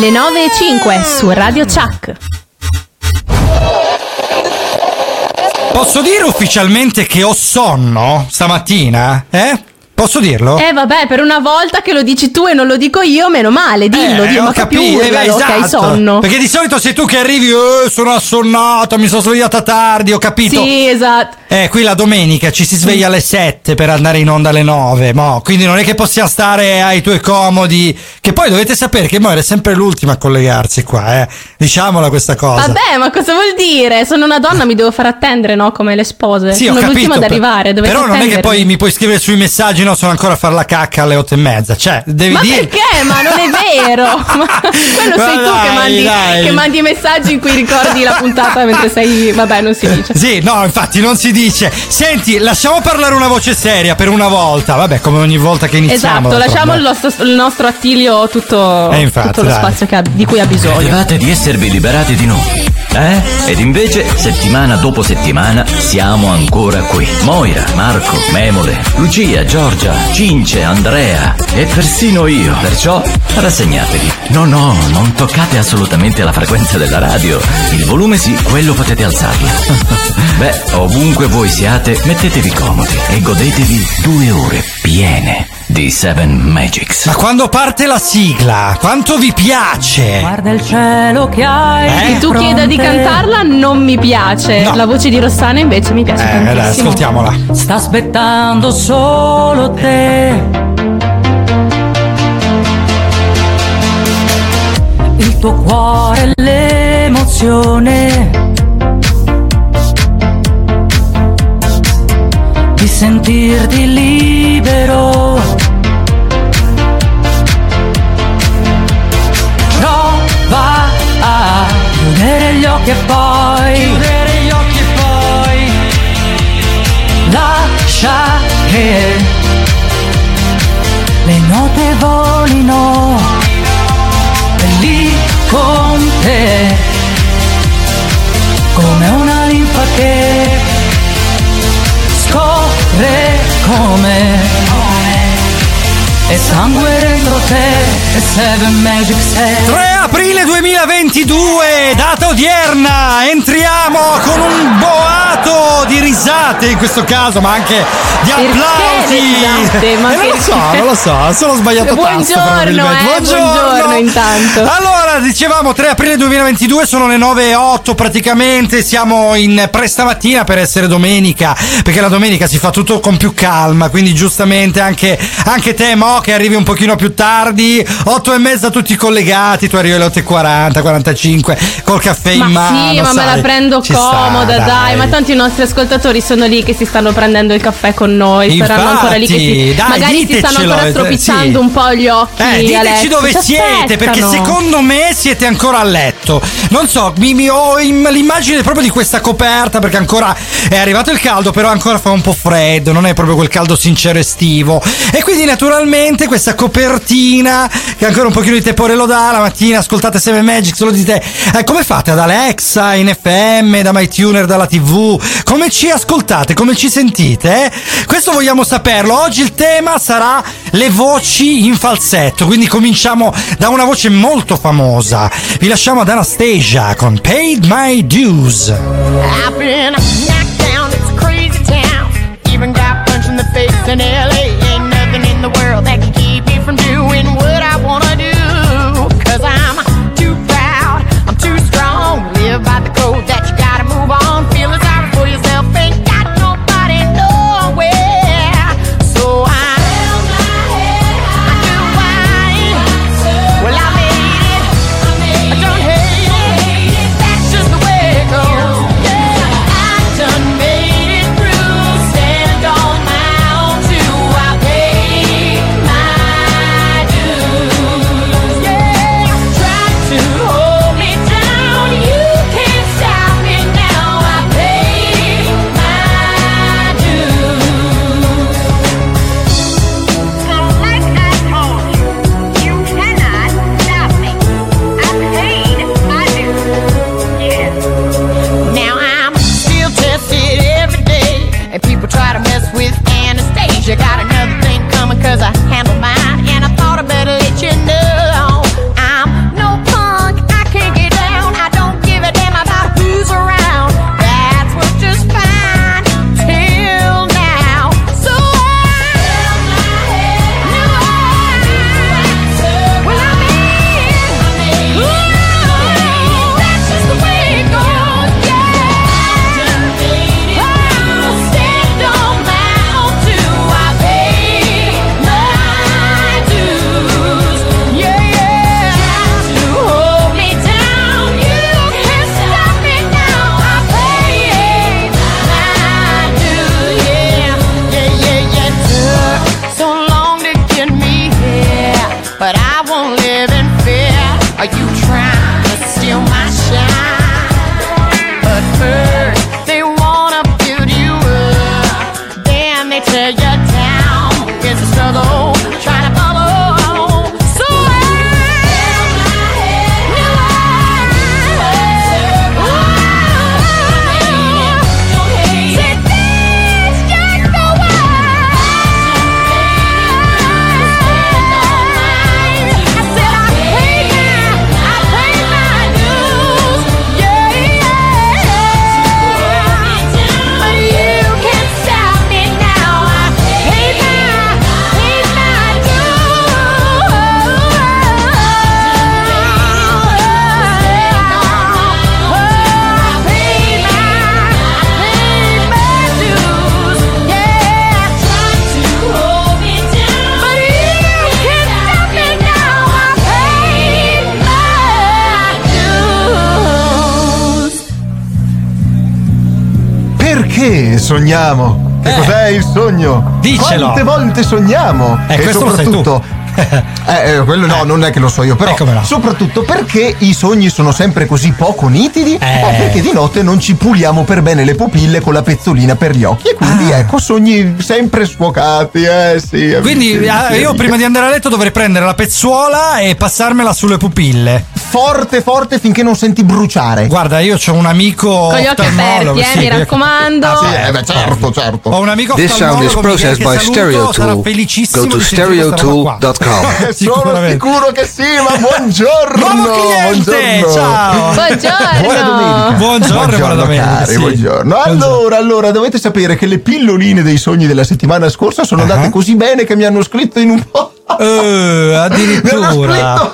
Le 9:05 su Radio Chuck. Posso dire ufficialmente che ho sonno stamattina? Posso dirlo? Vabbè, per una volta che lo dici tu e non lo dico io, meno male, dillo, ma capisco che hai sonno. Perché di solito sei tu che arrivi, sono assonnato, mi sono svegliata tardi, ho capito. Sì, esatto. Qui la domenica ci si sveglia alle 7 per andare in onda alle 9, quindi non è che possiamo stare ai tuoi comodi, che poi dovete sapere che Moira è sempre l'ultima a collegarsi qua, diciamola questa cosa. Vabbè, ma cosa vuol dire? Sono una donna, mi devo far attendere, no? Come le spose. Sì, sono ho capito, l'ultima ad arrivare, dovete però non attendermi. è che poi mi puoi scrivere sui messaggi, no, sono ancora a fare la cacca alle 8:30, cioè devi dire. Ma perché? Ma non è vero. Quello sei tu che mandi i messaggi in cui ricordi la puntata mentre sei. Vabbè, non si dice. Sì, no, infatti non si dice. Senti, lasciamo parlare una voce seria per una volta. Vabbè, come ogni volta che iniziamo. Esatto, lasciamo il nostro Attilio tutto lo spazio di cui ha bisogno. Credevate di esservi liberati di noi, Ed invece, settimana dopo settimana, siamo ancora qui. Moira, Marco, Memole, Lucia, Giorgia, Cince, Andrea e persino io. Perciò rassegnatevi. No, non toccate assolutamente la frequenza della radio. Il volume sì, quello potete alzarlo. Beh, ovunque voi siate, mettetevi comodi e godetevi 2 ore piene di Seven Magics. Ma quando parte la sigla, quanto vi piace? Guarda il cielo che hai. Che tu chieda di cantarla non mi piace. No. La voce di Rossana invece mi piace tantissimo. Dai, ascoltiamola. Sta aspettando solo te. Il tuo cuore, l'emozione di sentirti libero. Prova a chiudere gli occhi e poi lascia che le note volino lì con te, come una linfa che scorre come e sangue dentro te. E Seven Magic 3 aprile 2022, data odierna, entriamo con un boato di risate in questo caso, ma anche di applausi. Non lo so, sono sbagliato tasto. Buongiorno intanto. Allora, dicevamo 3 aprile 2022, sono le 9:08 praticamente, siamo in prestamattina per essere domenica, perché la domenica si fa tutto con più calma, quindi giustamente anche te, Mo, che arrivi un pochino più tardi, 8:30 tutti collegati, tu arrivi alle 8:40, 45 col caffè in mano. Sì, ma me la prendo comoda, dai, ma tanti i nostri ascoltatori sono lì che si stanno prendendo il caffè con noi. Infatti, saranno ancora lì che magari si stanno ancora stropizzando un po' gli occhi. Diteci dove siete, perché secondo me siete ancora a letto. Non so, ho l'immagine proprio di questa coperta, perché ancora è arrivato il caldo, però ancora fa un po' freddo, non è proprio quel caldo sincero estivo. E quindi naturalmente questa copertina che ancora un pochino di tepore lo dà. La mattina ascoltate Seven Magics, lo dite come fate? Ad Alexa, in FM, da MyTuner, dalla TV, come ci ascoltate, come ci sentite? Questo vogliamo saperlo. Oggi il tema sarà le voci in falsetto, quindi cominciamo da una voce molto famosa. Vi lasciamo ad Anastasia con Paid My Dues. I've been knocked down, it's a crazy town. Even got punched in the face in LA. Ain't nothing in the world that can keep me from doing what I wanna do. 'Cause I'm too proud, I'm too strong. Live by the code that you gotta move on. Feeling sorry for yourself, ain't got nobody nowhere. So I held my head high. Well, I made it, I don't hate it. That's just the way it goes. Yeah, I done made it through. Stand on my own too. I paid my dues. Yeah, try to hold me down. You can't stop me now. I paid my dues. So like I told you, you cannot stop me. I paid my dues. Yeah. Now I'm still tested every day, and people try to mess with Anastasia. Got another thing coming 'cause I handle mine, and I thought I better let you know I'm no punk. perché sogniamo? Che cos'è il sogno? Dicelo. Quante volte sogniamo? E questo soprattutto quello no, non è che lo so io, però no. soprattutto perché i sogni sono sempre così poco nitidi, o perché di notte non ci puliamo per bene le pupille con la pezzolina per gli occhi, e quindi ecco, sogni sempre sfocati. Sì, quindi io prima di andare a letto dovrei prendere la pezzuola e passarmela sulle pupille forte finché non senti bruciare. Guarda, io ho un amico con gli occhi aperti, mi raccomando. Certo. Ho un amico This sound is processed by Stereotool. Go to stereotool.com. Sono sicuro che sì, ma buongiorno. Buongiorno. Ciao. Buona domenica. Buongiorno cari, buongiorno. Allora, dovete sapere che le pilloline dei sogni della settimana scorsa sono andate così bene che mi hanno scritto in un po'. Addirittura.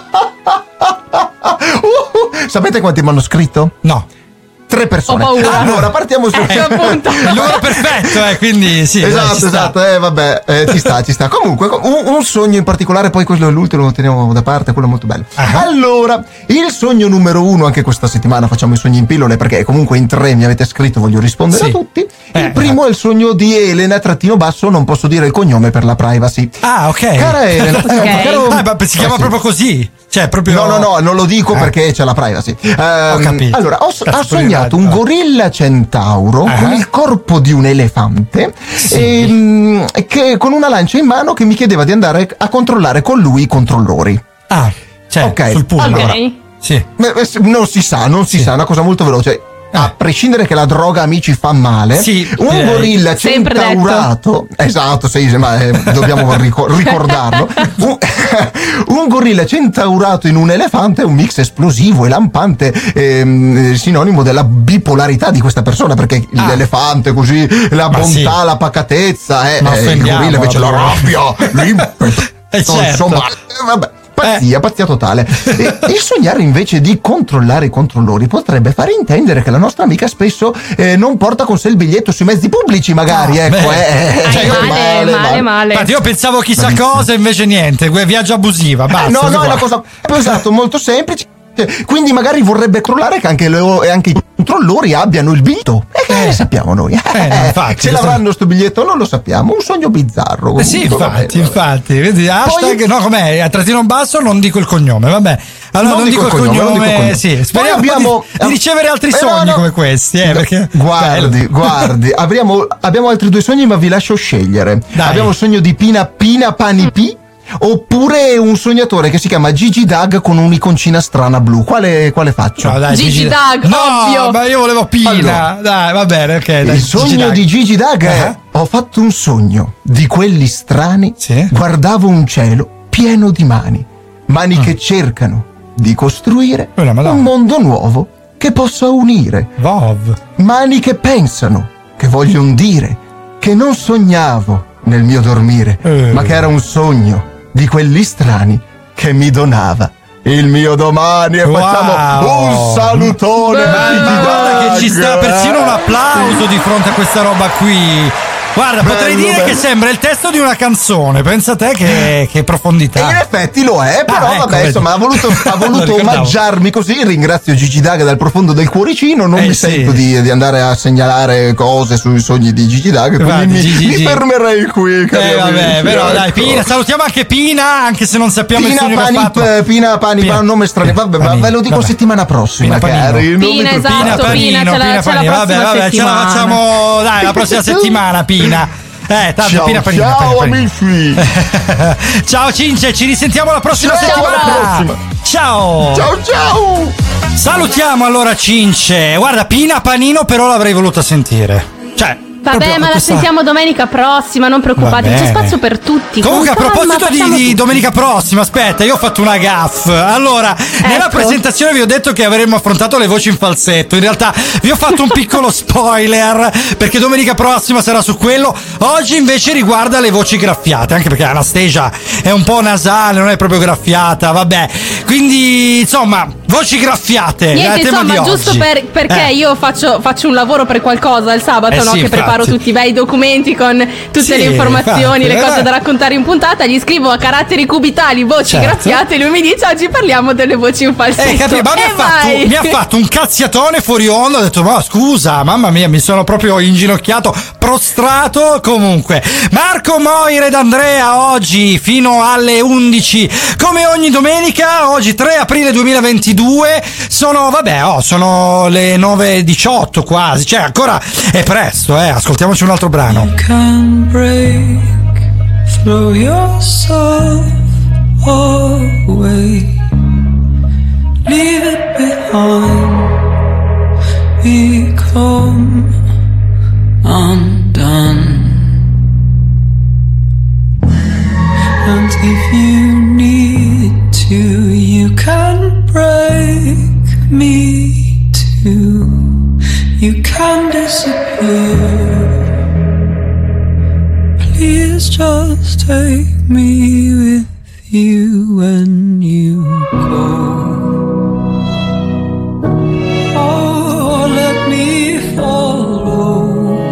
Sapete quanti mi hanno scritto? No. 3 persone. Ho paura. Allora, partiamo su appunto. Il numero perfetto, quindi sì. Esatto, vabbè, ci sta. Comunque, un sogno in particolare, poi quello è l'ultimo, lo teniamo da parte, quello è molto bello. Allora, il sogno numero 1, anche questa settimana facciamo i sogni in pillole, perché comunque in 3 mi avete scritto, voglio rispondere a tutti. Il primo è il sogno di Elena, _, non posso dire il cognome per la privacy. Ah, ok. Cara Elena, ma si chiama proprio così? Cioè, proprio. No, non lo dico perché c'è la privacy. Ho capito. Allora, ho sognato un gorilla centauro con il corpo di un elefante, che con una lancia in mano che mi chiedeva di andare a controllare con lui i controllori. Sul pullman. Allora, sì. Non si sa, è una cosa molto veloce. A prescindere che la droga, amici, fa male, un gorilla centaurato, esatto, ma dobbiamo ricordarlo. Un gorilla centaurato in un elefante è un mix esplosivo e lampante, sinonimo della bipolarità di questa persona, perché l'elefante così, la bontà, la pacatezza, il gorilla invece la rabbia, insomma, vabbè. Pazzia totale. Il sognare invece di controllare i controllori potrebbe fare intendere che la nostra amica spesso non porta con sé il biglietto sui mezzi pubblici, magari. Male. Infatti io pensavo chissà cosa, invece niente, viaggio abusiva. Basta, no, è una cosa molto semplice. Quindi magari vorrebbe crollare che anche i controllori abbiano il biglietto. E che ne sappiamo noi? Infatti, se l'avranno sto biglietto non lo sappiamo. Un sogno bizzarro. Infatti. Vedi, hashtag, no, com'è? A trattino basso non dico il cognome, vabbè. Allora non dico il cognome. Sì, speriamo di ricevere altri sogni come questi. Perché guardi, abbiamo altri 2 sogni, ma vi lascio scegliere. Dai. Abbiamo il sogno di Pina Pani P, oppure un sognatore che si chiama Gigi Dag con un'iconcina strana blu. Quale faccio? No, dai, Gigi Dag, ovvio. Ma io volevo Pina. Allora, dai, va bene, ok. Dai, il sogno di Gigi Dag è: ho fatto un sogno di quelli strani. Guardavo un cielo pieno di mani che cercano di costruire un mondo nuovo che possa unire. Mani che pensano, che vogliono dire che non sognavo nel mio dormire, ma che era un sogno di quelli strani che mi donava il mio domani. E facciamo un salutone. Guarda che ci sta persino un applauso di fronte a questa roba qui. Guarda, potrei dire che sembra il testo di una canzone. Pensa a te che profondità. E in effetti lo è, però insomma, ha voluto omaggiarmi così. Ringrazio Gigi Dag dal profondo del cuoricino. Non mi sento di andare a segnalare cose sui sogni di Gigi Dag, quindi mi fermerei qui. Vabbè, però dai, Pina, salutiamo anche Pina, anche se non sappiamo il sogno che ha fatto. Pina, un nome strano. Vabbè, ve lo dico settimana prossima, cari. Pina, esatto, Pina, ce la vabbè, ce la facciamo, dai, la prossima settimana, Pina. Ciao amici. Ciao Cince, ci risentiamo la prossima settimana. Ciao. Salutiamo allora Cince. Guarda, Pina Panino però l'avrei voluta sentire. Vabbè, ma la sentiamo domenica prossima, non preoccupatevi, c'è spazio per tutti. Comunque, a proposito di domenica prossima, aspetta, io ho fatto una gaffe. Allora, nella presentazione vi ho detto che avremmo affrontato le voci in falsetto. In realtà vi ho fatto un piccolo spoiler, perché domenica prossima sarà su quello. Oggi invece riguarda le voci graffiate, anche perché Anastasia è un po' nasale, non è proprio graffiata, vabbè. Quindi, insomma, Voci graffiate. Niente, insomma, giusto perché io faccio un lavoro per qualcosa il sabato, no? Sì, che preparo tutti i bei documenti con tutte le informazioni, le cose da raccontare in puntata. Gli scrivo a caratteri cubitali voci graffiate e lui mi dice oggi parliamo delle voci in falsetto. Ma mi ha fatto un cazziatone fuori onda. Ho detto ma scusa, mamma mia, mi sono proprio inginocchiato, prostrato. Comunque Marco, Moira ed Andrea oggi fino alle 11 come ogni domenica. Oggi 3 aprile 2022 sono le 9:18 quasi, cioè ancora è presto, ascoltiamoci un altro brano. You can break through yourself away, leave it behind, become undone, and if you need to, you can break me too. You can disappear. Please just take me with you when you go. Oh, let me follow.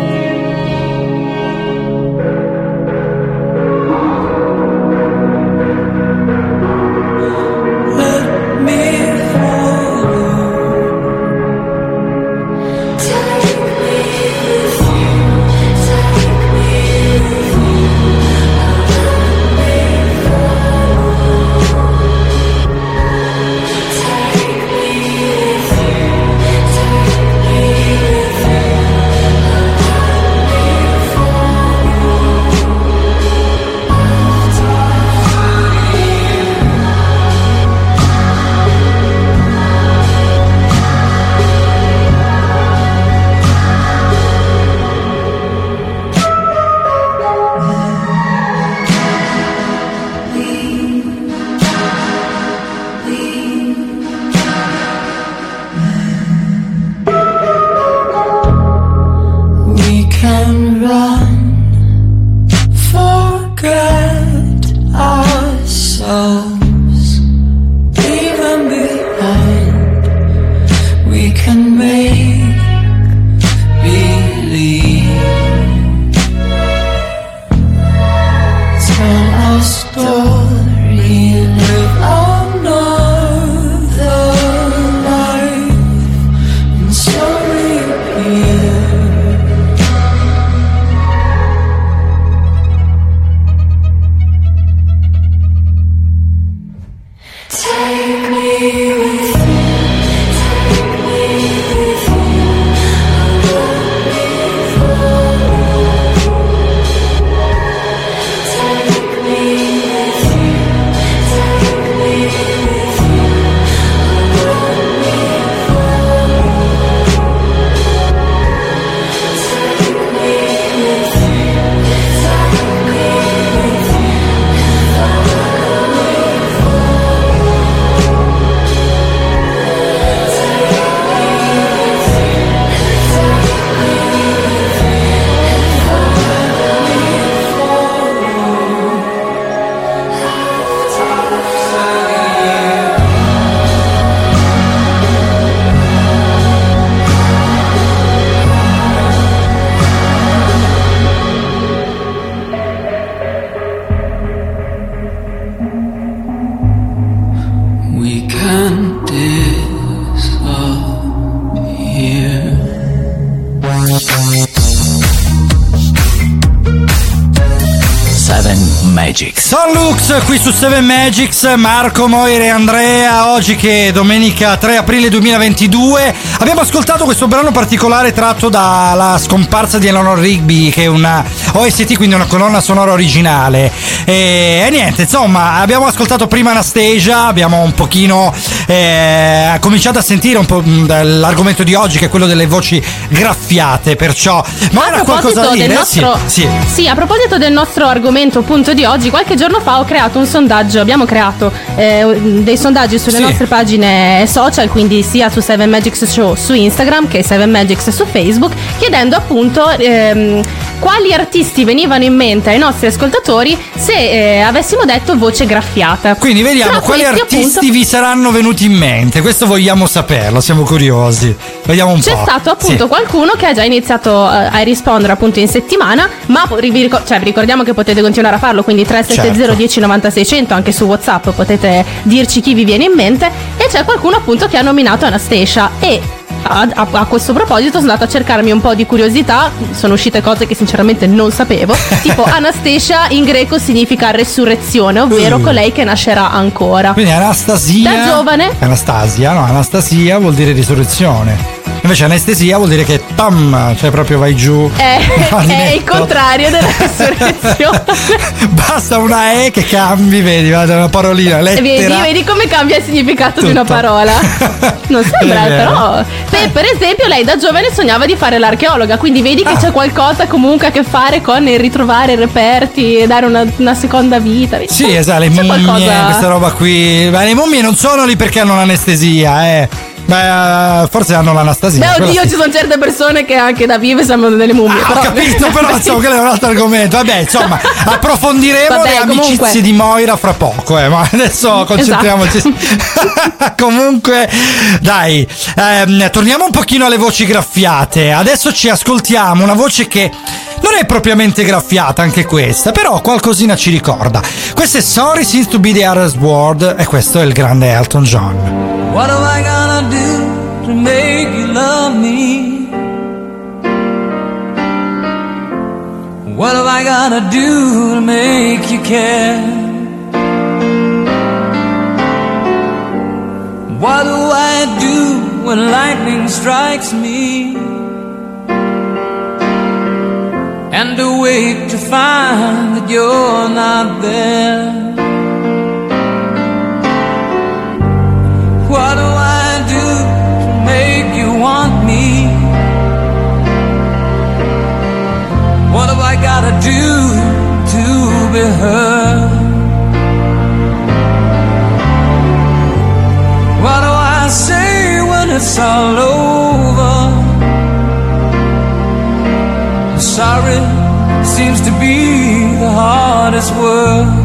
Son Lux qui su 7 Magics, Marco, Moira e Andrea. Oggi che è domenica 3 aprile 2022 abbiamo ascoltato questo brano particolare tratto dalla scomparsa di Eleanor Rigby, che è una OST, quindi una colonna sonora originale. E niente, insomma, abbiamo ascoltato prima Anastasia, abbiamo un pochino cominciato a sentire un po' l'argomento di oggi, che è quello delle voci graffiate, perciò ma era qualcosa da dire? Sì, a proposito del nostro argomento appunto di oggi, qualche giorno fa abbiamo creato dei sondaggi sulle nostre pagine social, quindi sia su 7 Magics Show su Instagram che 7 Magics su Facebook, chiedendo appunto quali artisti venivano in mente ai nostri ascoltatori se avessimo detto voce graffiata. Quindi vediamo quali artisti appunto vi saranno venuti in mente. Questo vogliamo saperlo, siamo curiosi. Vediamo un po'. C'è stato appunto qualcuno che ha già iniziato a rispondere appunto in settimana, ma vi ricordiamo che potete continuare a farlo, quindi 370 10 96 100 anche su WhatsApp potete dirci chi vi viene in mente. E c'è qualcuno appunto che ha nominato Anastacia e a questo proposito sono andata a cercarmi un po' di curiosità, sono uscite cose che sinceramente non sapevo, tipo Anastacia in greco significa resurrezione, ovvero colei che nascerà ancora. Quindi Anastasia da giovane. Anastasia vuol dire risurrezione. Invece anestesia vuol dire che cioè proprio vai giù. È il contrario della resurrezione. Basta una E che cambi, vedi, una parolina, lettera. Vedi come cambia il significato di una parola. Non sembra, però. Per esempio, lei da giovane sognava di fare l'archeologa, quindi vedi che c'è qualcosa comunque a che fare con il ritrovare i reperti e dare una seconda vita. Sì, esatto, le mummie, questa roba qui. Ma le mummie non sono lì perché hanno l'anestesia, Beh, forse hanno l'Anastasia. Beh, oddio, ci sono certe persone che anche da vive sembrano delle mummie. Ho capito, però insomma, quello è un altro argomento. Vabbè, insomma, approfondiremo le amicizie di Moira fra poco, ma adesso concentriamoci. Comunque, dai, torniamo un pochino alle voci graffiate. Adesso ci ascoltiamo una voce che non è propriamente graffiata, anche questa, però qualcosina ci ricorda. Questo è Sorry Seems to Be the Hardest Word e questo è il grande Elton John. What am I gonna do to make you love me? What am I gonna do to make you care? What do I do when lightning strikes me? And awake to find that you're not there. What do I do to make you want me? What have I gotta do to be heard? What do I say when it's all over? Sorry seems to be the hardest word.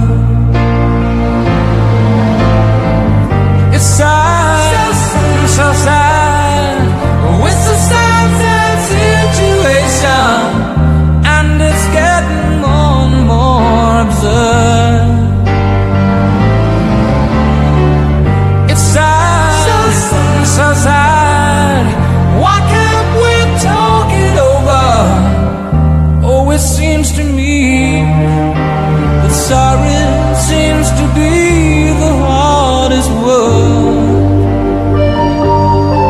It's sad, so sad. It's a sad, sad situation, and it's getting more and more absurd. It's sad, so sad. Why can't we talk it over? Oh, it seems to me that sorry seems to be the hardest word.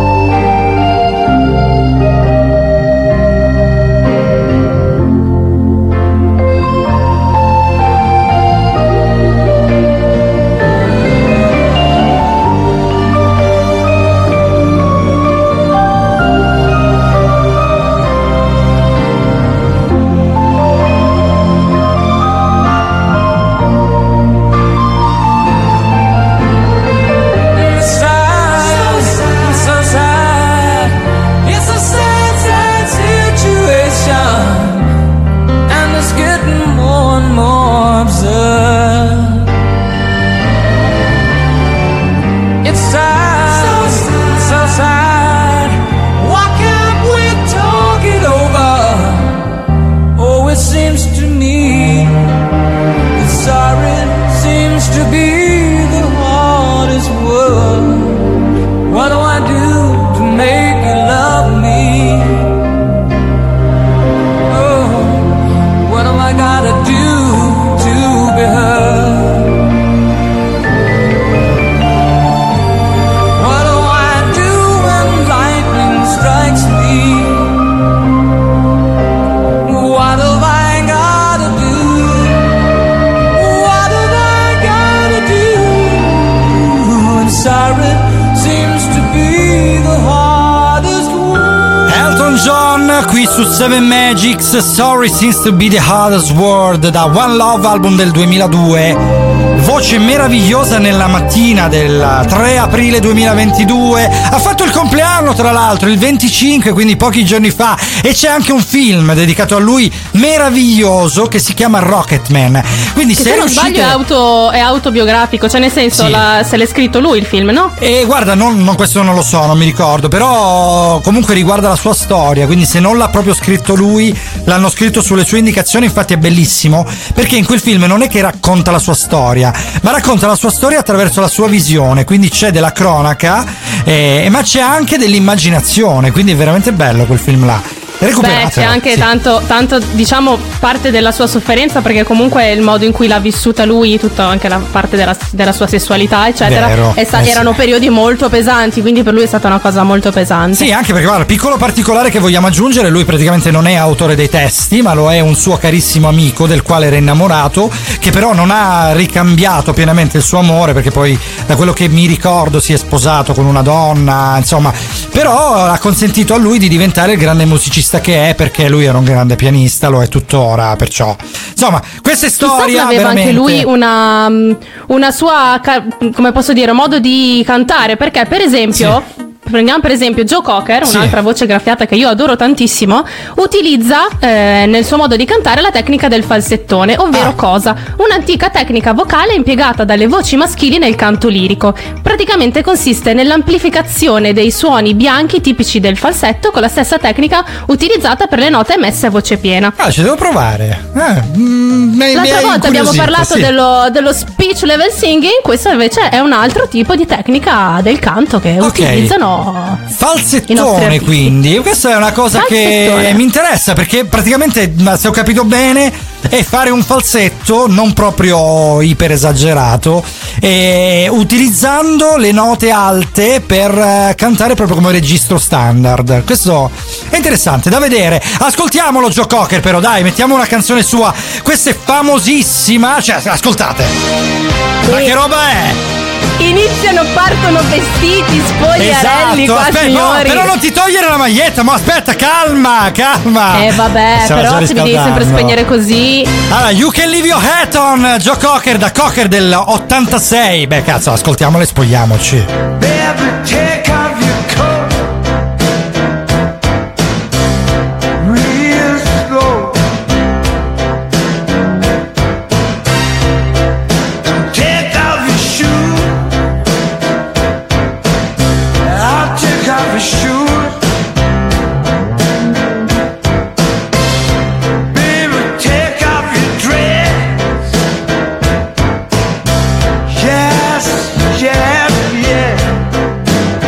su Seven Magics, Sorry Seems to be the Hardest Word, da One Love, album del 2002. Voce meravigliosa nella mattina del 3 aprile 2022. Ha fatto il compleanno, tra l'altro, il 25, quindi pochi giorni fa, e c'è anche un film dedicato a lui meraviglioso che si chiama Rocketman. Quindi che se non sbaglio è autobiografico, cioè nel senso sì. Se l'è scritto lui il film, no? E guarda, non questo non lo so, non mi ricordo, però comunque riguarda la sua storia, quindi se non l'ha proprio scritto lui, l'hanno scritto sulle sue indicazioni. Infatti è bellissimo, perché in quel film non è che racconta la sua storia, ma racconta la sua storia attraverso la sua visione, quindi c'è della cronaca, ma c'è anche dell'immaginazione, quindi è veramente bello quel film là. Beh, c'è anche tanto diciamo parte della sua sofferenza, perché comunque il modo in cui l'ha vissuta lui, tutta anche la parte della sua sessualità eccetera. Vero, erano periodi molto pesanti, quindi per lui è stata una cosa molto pesante. Sì, anche perché guarda, piccolo particolare che vogliamo aggiungere: lui praticamente non è autore dei testi, ma lo è un suo carissimo amico del quale era innamorato, che però non ha ricambiato pienamente il suo amore, perché poi da quello che mi ricordo si è sposato con una donna, insomma, però ha consentito a lui di diventare il grande musicista che è, perché lui era un grande pianista, lo è tuttora, perciò insomma queste storie aveva veramente... anche lui una sua, come posso dire, modo di cantare, perché per esempio prendiamo per esempio Joe Cocker, un'altra voce graffiata che io adoro tantissimo, utilizza nel suo modo di cantare la tecnica del falsettone, ovvero cosa? Un'antica tecnica vocale impiegata dalle voci maschili nel canto lirico. Praticamente consiste nell'amplificazione dei suoni bianchi tipici del falsetto con la stessa tecnica utilizzata per le note emesse a voce piena. Ci devo provare. L'altra volta abbiamo parlato dello speech level singing, questo invece è un altro tipo di tecnica del canto che utilizzano falsettone, quindi questa è una cosa che mi interessa, perché praticamente, se ho capito bene, è fare un falsetto non proprio iper esagerato, utilizzando le note alte per cantare proprio come registro standard. Questo è interessante da vedere. Ascoltiamolo Joe Cocker, però dai, mettiamo una canzone sua. Questa è famosissima, cioè ascoltate. Ma che roba è? Partono vestiti, spogliarelli, qua aspetta, signori. Però non ti togliere la maglietta, ma aspetta, calma. Vabbè, però se mi devi sempre spegnere così. Allora, You Can Leave Your Hat On, Joe Cocker, da Cocker del 86. Beh, cazzo, ascoltiamolo e spogliamoci. Baby, take off your coat. Real slow. Take off your shoes. I'll take off your shoes. Baby, take off your dress. Yes, yes, yes.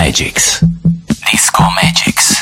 Magics. Disco Magics.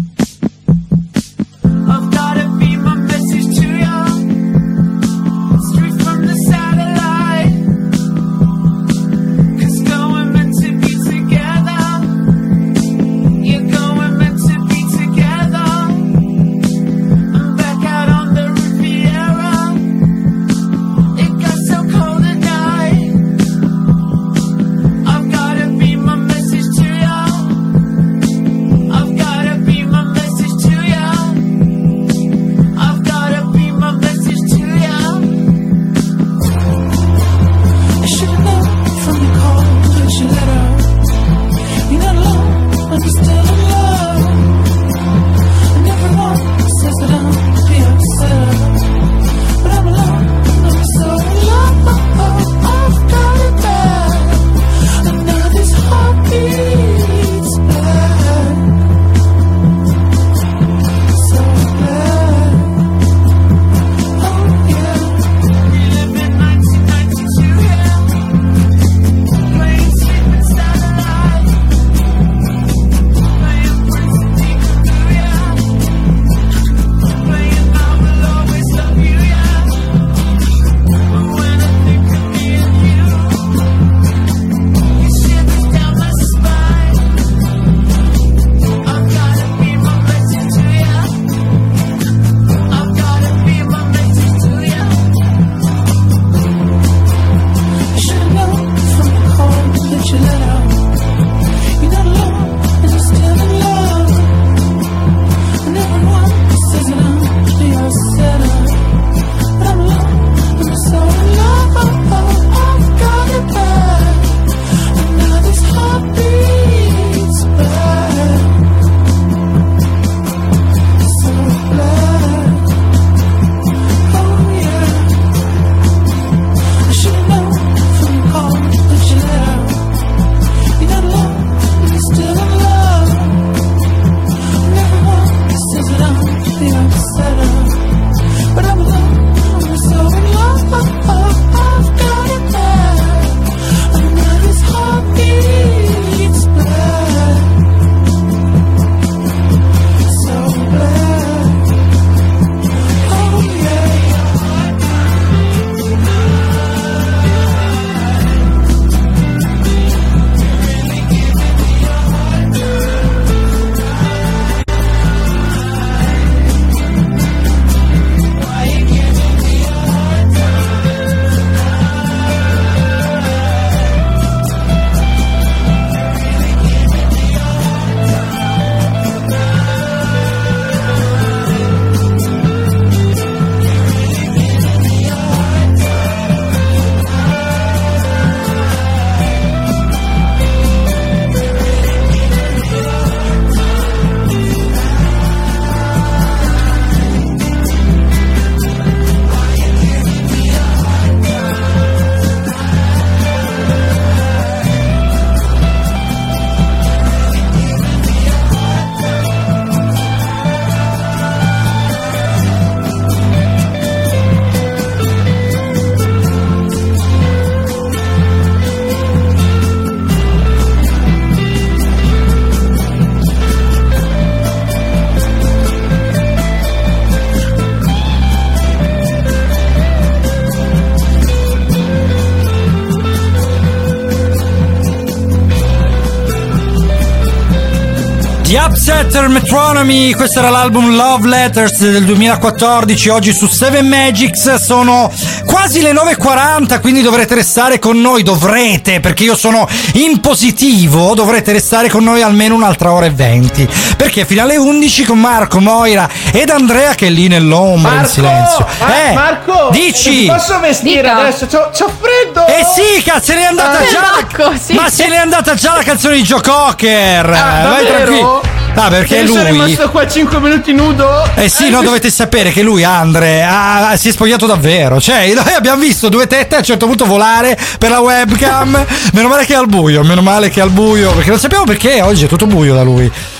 The Upsetter Metronomy, questo era l'album Love Letters del 2014, oggi su 7 Magics. Sono quasi le 9.40, quindi dovrete restare con noi, perché io sono in positivo, dovrete restare con noi almeno un'altra ora e 20, perché fino alle 11 con Marco, Moira ed Andrea che è lì nell'ombra in silenzio. Marco, dici? Posso vestire adesso? C'ho freddo! Sì, cazzo, se n'è andata già! Sì. Ma se n'è andata già la canzone di Joe Cocker! Vai tranquillo! Ah, perché lui sono rimasto qua 5 minuti nudo. Sì, no, dovete sapere che lui, Andre, si è spogliato davvero. Cioè, noi abbiamo visto due tette a un certo punto volare per la webcam. Meno male che è al buio, perché non sappiamo perché oggi è tutto buio da lui.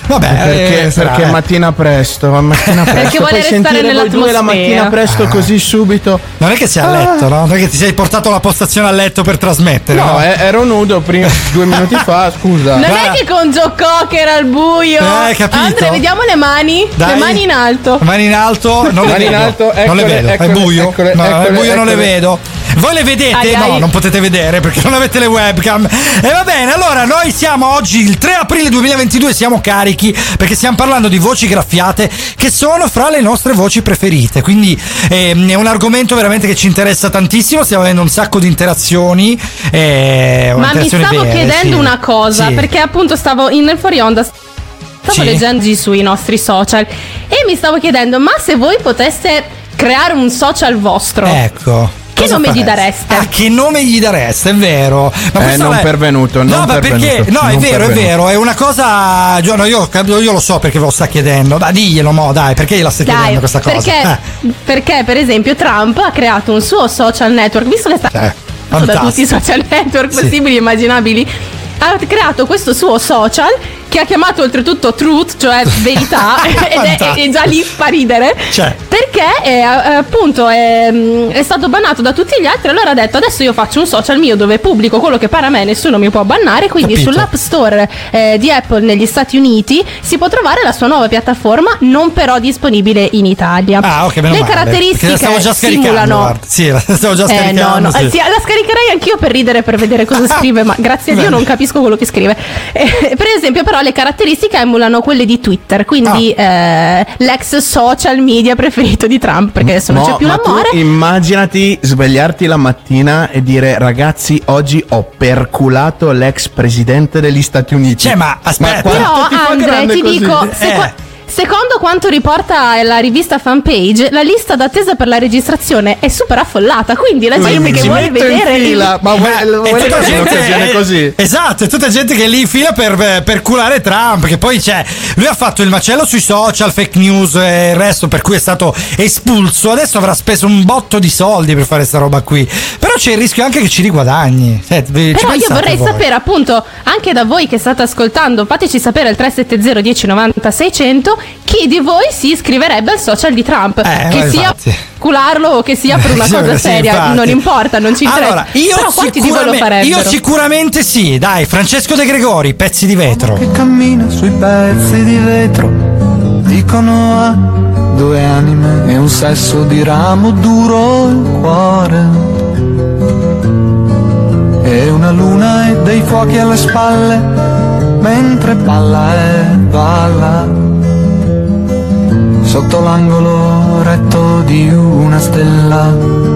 Vabbè, perché mattina presto. Perché vuole restare nell'atmosfera. La mattina presto così subito. Non è che sei a letto, no? Non è che ti sei portato la postazione a letto per trasmettere. No, ero nudo prima 2 minuti fa, scusa. Non è che con Joe Cocker al buio. Capito. Andrea, vediamo le mani. Dai. Le mani in alto. Mani in alto, non le vedo. Non le vedo. È buio. È buio, non le vedo. Voi le vedete? No, non potete vedere perché non avete le webcam. E va bene, allora noi siamo oggi il 3 aprile 2022, siamo carichi perché stiamo parlando di voci graffiate che sono fra le nostre voci preferite. Quindi è un argomento veramente che ci interessa tantissimo, stiamo avendo un sacco di interazioni. Ma mi stavo chiedendo una cosa, perché appunto stavo nel fuori onda. Stavo leggendo sui nostri social e mi stavo chiedendo, ma se voi poteste creare un social vostro, ecco, che nome gli dareste? Che nome gli dareste, è vero. Ma non pervenuto. No, ma perché? No, è vero, è una cosa. No, io lo so perché ve lo sta chiedendo. Dai, diglielo, dai, perché gliela stai chiedendo questa cosa? Perché, per esempio, Trump ha creato un suo social network, visto che sta da tutti i social network possibili e immaginabili. Ha creato questo suo social che ha chiamato oltretutto Truth, cioè verità, ed è già lì fa ridere, perché appunto è stato bannato da tutti gli altri. Allora ha detto: adesso io faccio un social mio dove pubblico quello che pare a me, nessuno mi può bannare. Quindi sull'App Store di Apple negli Stati Uniti si può trovare la sua nuova piattaforma, non però disponibile in Italia. Ok, meno le caratteristiche simulano. Sì, la stavo già scaricando. Sì, la scaricherei anch'io per ridere, per vedere cosa scrive, ma grazie a Dio non capisco quello che scrive. Per esempio, però, le caratteristiche emulano quelle di Twitter, quindi l'ex social media preferito di Trump, perché adesso non c'è più l'amore. Tu immaginati svegliarti la mattina e dire: ragazzi, oggi ho perculato l'ex presidente degli Stati Uniti. Ma aspetta, però Andre, ti dico, secondo quanto riporta la rivista Fanpage, la lista d'attesa per la registrazione è super affollata, quindi la gente che vuole vedere tutta gente così. Esatto, è tutta gente che è lì in fila per culare Trump, che poi lui ha fatto il macello sui social, fake news e il resto, per cui è stato espulso. Adesso avrà speso un botto di soldi per fare sta roba qui, però c'è il rischio anche che ci riguadagni. Però io vorrei sapere, appunto, anche da voi che state ascoltando, fateci sapere al 370 10 90 600 chi di voi si iscriverebbe al social di Trump, che sia cularlo o che sia per una cosa seria, non importa, non ci interessa. Allora, però quanti di voi lo farebbero? Io sicuramente sì, dai. Francesco De Gregori, Pezzi di vetro. Che cammina sui pezzi di vetro, dicono ha 2 anime e un sesso di ramo duro il cuore, e una luna e dei fuochi alle spalle mentre balla e balla sotto l'angolo retto di una stella.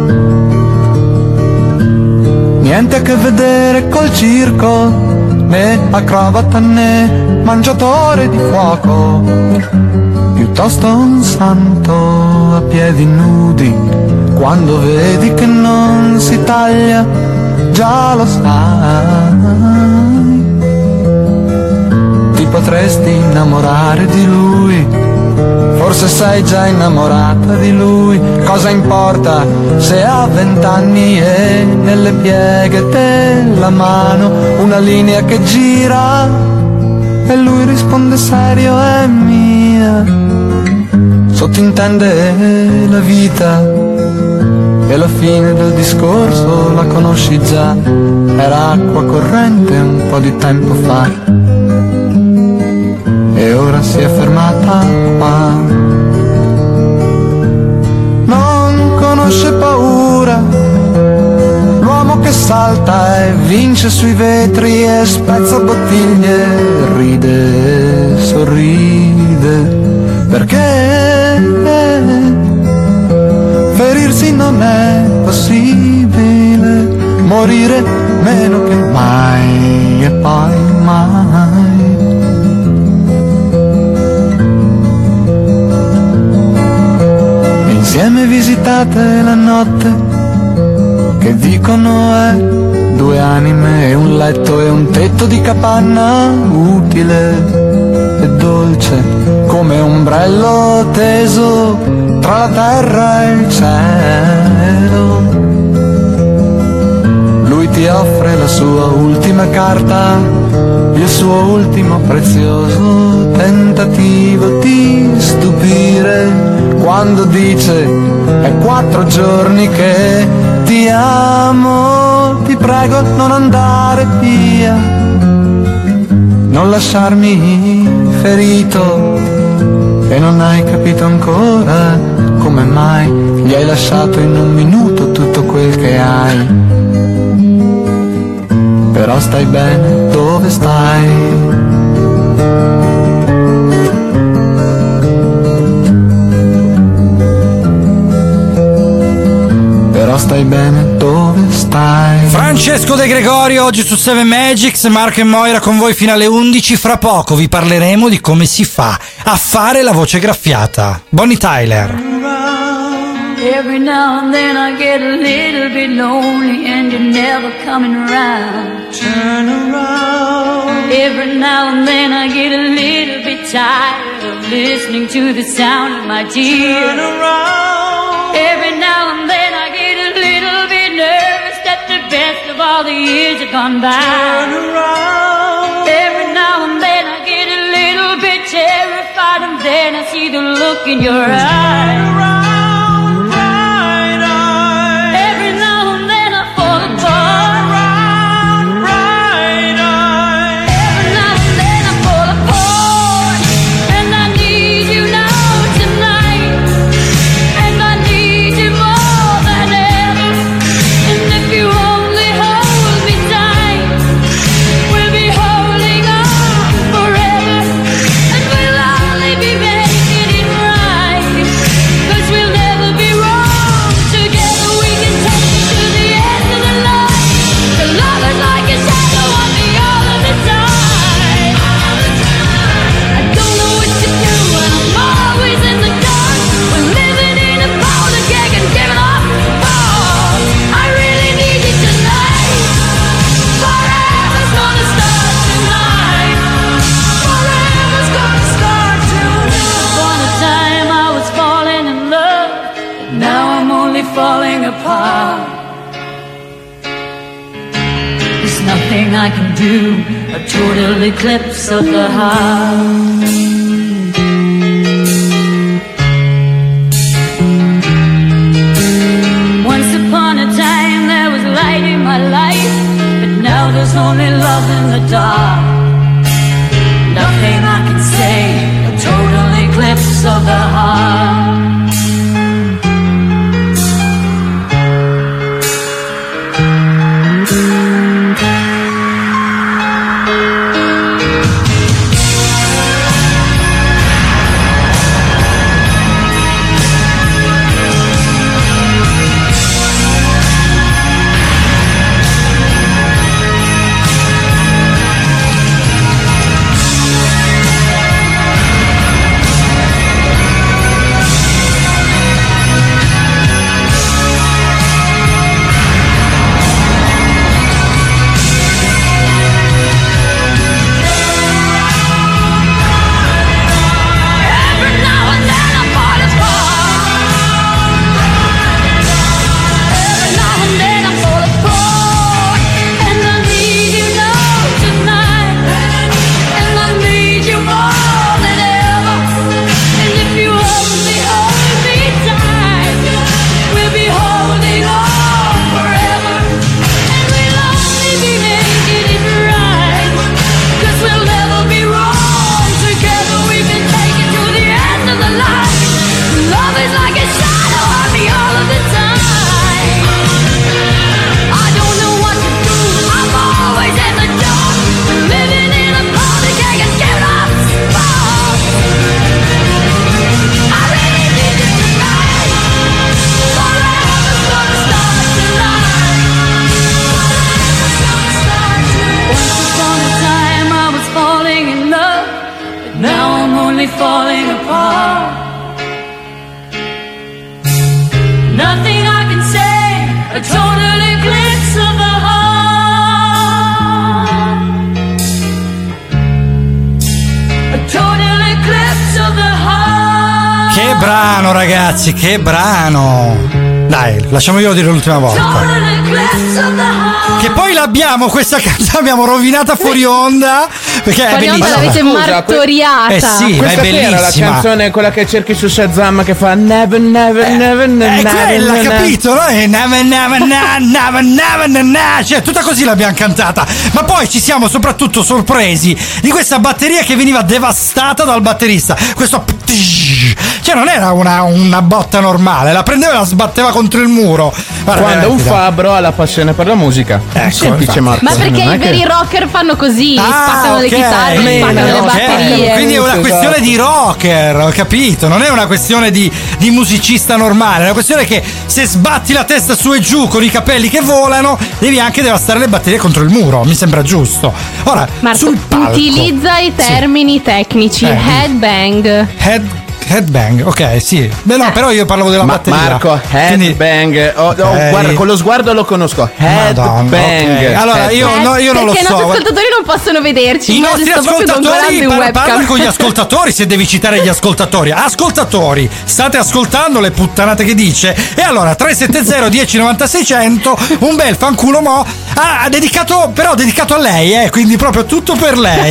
Niente a che vedere col circo, né acrobata né mangiatore di fuoco, piuttosto un santo a piedi nudi. Quando vedi che non si taglia, già lo sai, ti potresti innamorare di lui. Forse sei già innamorata di lui, cosa importa se ha 20 anni e nelle pieghe della mano una linea che gira e lui risponde serio: è mia. Sottintende la vita e la fine del discorso la conosci già, era acqua corrente un po' di tempo fa e ora si è fermata qua. Non conosce paura, l'uomo che salta e vince sui vetri e spezza bottiglie, ride, sorride, perché ferirsi non è possibile, morire meno che mai e poi mai. Insieme visitate la notte, che dicono è 2 anime e un letto e un tetto di capanna, utile e dolce come ombrello teso tra la terra e il cielo. Lui ti offre la sua ultima carta, il suo ultimo prezioso tentativo di stupire, quando dice è 4 giorni che ti amo, ti prego non andare via, non lasciarmi ferito, e non hai capito ancora come mai gli hai lasciato in un minuto tutto quel che hai. Però stai bene dove stai. Però stai bene dove stai. Francesco De Gregorio oggi su 7 Magics, Marco e Moira con voi fino alle 11. Fra poco vi parleremo di come si fa a fare la voce graffiata. Bonnie Tyler. Every now and then I get a little bit lonely and you're never coming around. Turn around. Every now and then I get a little bit tired of listening to the sound of my tears. Turn around. Every now and then I get a little bit nervous that the best of all the years have gone by. Turn around. Every now and then I get a little bit terrified and then I see the look in your eyes. Turn around. Falling apart. There's nothing I can do, a total eclipse of the heart. Once upon a time there was light in my life, but now there's only love in the dark. Nothing I can say, a total eclipse of the heart. Falling apart. Nothing I can say, a total eclipse of the heart. A total eclipse of the heart. Che brano, ragazzi, che brano. Dai, lasciamo io dire l'ultima volta. Total eclipse of the heart. Che poi l'abbiamo, questa canzone l'abbiamo rovinata fuori onda. Perché fuori è onda l'avete martoriata. Sì, questa è bellissima. Era la canzone, quella che cerchi su Shazam, che fa never, never, never, never. È quella, capito? No? È never, never, never, never, never. Cioè, tutta così l'abbiamo cantata. Ma poi ci siamo soprattutto sorpresi di questa batteria che veniva devastata dal batterista. Questo, cioè, non era una botta normale, la prendeva e la sbatteva contro il muro. Guarda, quando un fabbro ha la passione per la musica. Semplice, Marco. Ma perché i veri rocker fanno così, spaccano le chitarre, spaccano le batterie. Quindi è una questione di rocker, ho capito? Non è una questione di musicista normale, è una questione che se sbatti la testa su e giù con i capelli che volano, devi anche devastare le batterie contro il muro, mi sembra giusto. Ora, Marco, sul palco, utilizza i termini tecnici, headbang. Headbang, ok, sì. Beh, no, però io parlavo della batteria. Marco, headbang. Guarda, con lo sguardo lo conosco. Headbang. Okay. Allora, io non lo so. Perché i nostri ascoltatori non possono vederci. I nostri ascoltatori, parla con gli ascoltatori se devi citare gli ascoltatori. Ascoltatori, state ascoltando le puttanate che dice? E allora, 370 10 600, un bel fanculo mo. Dedicato a lei, quindi proprio tutto per lei.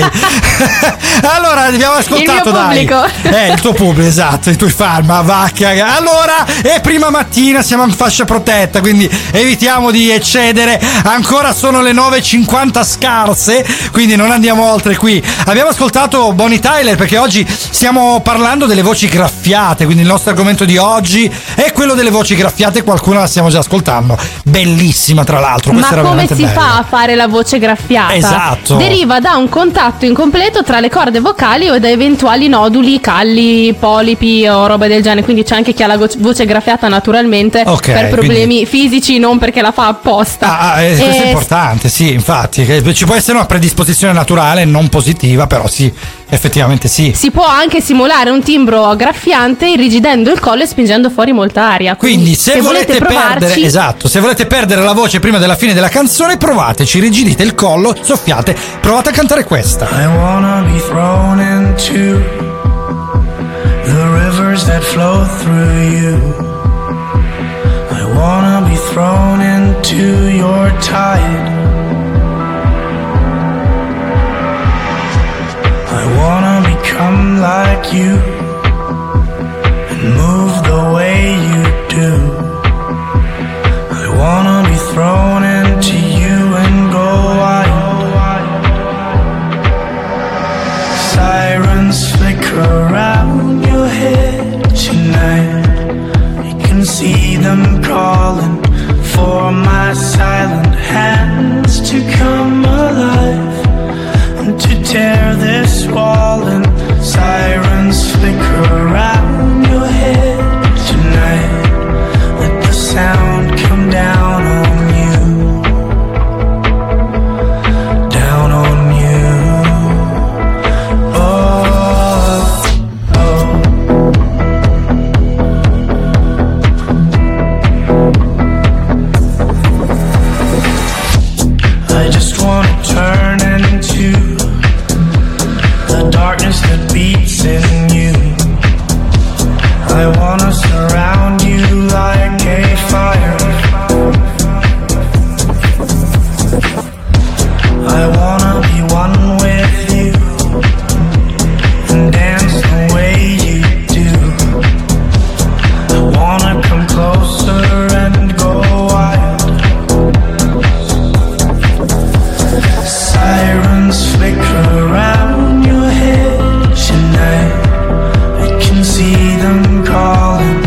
Allora, abbiamo ascoltato, il mio pubblico. Il tuo pubblico. Esatto, i tuoi fan, ma vacca. Allora, è prima mattina, siamo in fascia protetta, quindi evitiamo di eccedere. Ancora sono le 9:50 scarse, quindi non andiamo oltre qui. Abbiamo ascoltato Bonnie Tyler perché oggi stiamo parlando delle voci graffiate, quindi il nostro argomento di oggi è quello delle voci graffiate, qualcuna la stiamo già ascoltando. Bellissima, tra l'altro. Ma come si fa a fare la voce graffiata? Esatto. Deriva da un contatto incompleto tra le corde vocali o da eventuali noduli, calli, polipi o roba del genere, quindi c'è anche chi ha la voce graffiata naturalmente per problemi fisici, non perché la fa apposta. Questo è importante, sì, infatti, ci può essere una predisposizione naturale non positiva, però sì, effettivamente sì. Si può anche simulare un timbro graffiante irrigidendo il collo e spingendo fuori molta aria. Quindi se volete provarci, se volete perdere la voce prima della fine della canzone, provateci, irrigidite il collo, soffiate, provate a cantare questa. I wanna be thrown into the rivers that flow through you. I wanna be thrown into your tide. I wanna become like you and move the way you do. I wanna be thrown into you and go wild. Sirens flicker around your head tonight. You can see them calling for my silent hands to come alive and to tear this wall. And sirens flicker around your head tonight. Let the sound come down on you, down on you. I just wanna turn into the darkness that beats in you. I wanna surround you like a fire. I wanna be one with you and dance the way you do. I wanna come closer and go wild. Sirens flicker around your head tonight. I can see them calling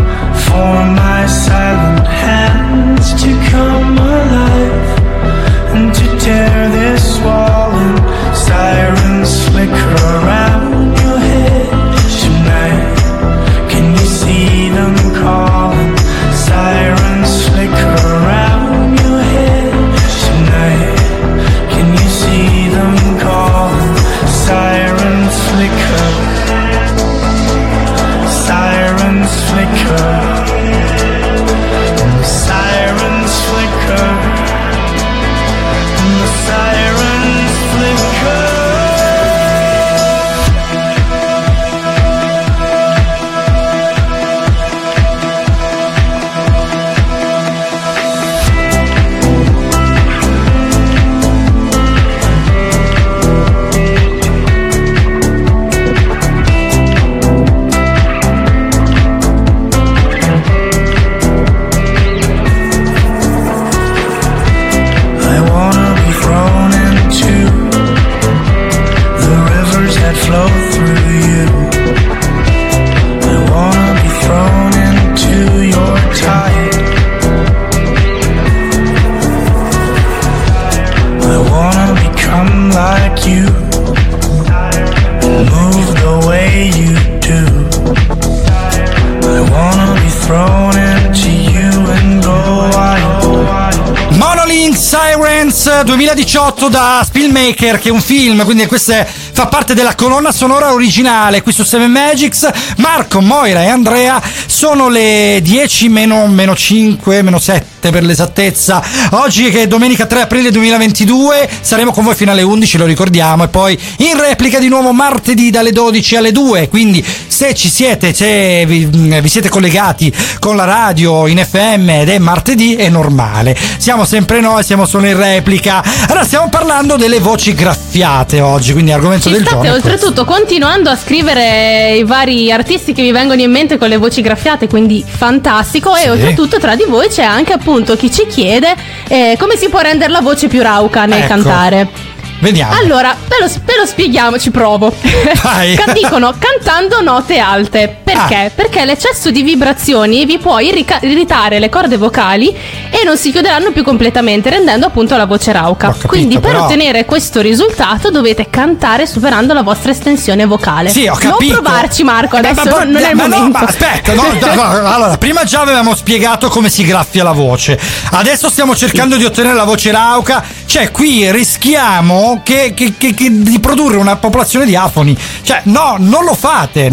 Wind Sirens 2018 da Spielmaker, che è un film, quindi questo fa parte della colonna sonora originale qui su 7 Magics. Marco, Moira e Andrea, sono le 10 meno 5, meno 7 per l'esattezza. Oggi che è domenica 3 aprile 2022, saremo con voi fino alle 11, lo ricordiamo, e poi in replica di nuovo martedì dalle 12 alle 2, quindi se ci siete, se vi siete collegati con la radio in FM ed è martedì, è normale, siamo sempre noi, siamo solo in replica. Allora stiamo parlando delle voci graffiate oggi, quindi argomento del giorno. Oltretutto continuando a scrivere i vari artisti che vi vengono in mente con le voci graffiate, quindi fantastico. E oltretutto tra di voi c'è anche appunto chi ci chiede come si può rendere la voce più rauca nel cantare. Vediamo. Allora, ve lo spieghiamo, ci provo. Dicono cantando note alte. Perché? Perché l'eccesso di vibrazioni vi può irritare le corde vocali e non si chiuderanno più completamente, rendendo appunto la voce rauca. Quindi per ottenere questo risultato dovete cantare superando la vostra estensione vocale. Sì, ho capito. Non provarci, Marco, adesso non è il momento. Aspetta, allora, prima già avevamo spiegato come si graffia la voce. Adesso stiamo cercando di ottenere la voce rauca. Cioè, qui rischiamo che di produrre una popolazione di afoni. Cioè, no, non lo fate,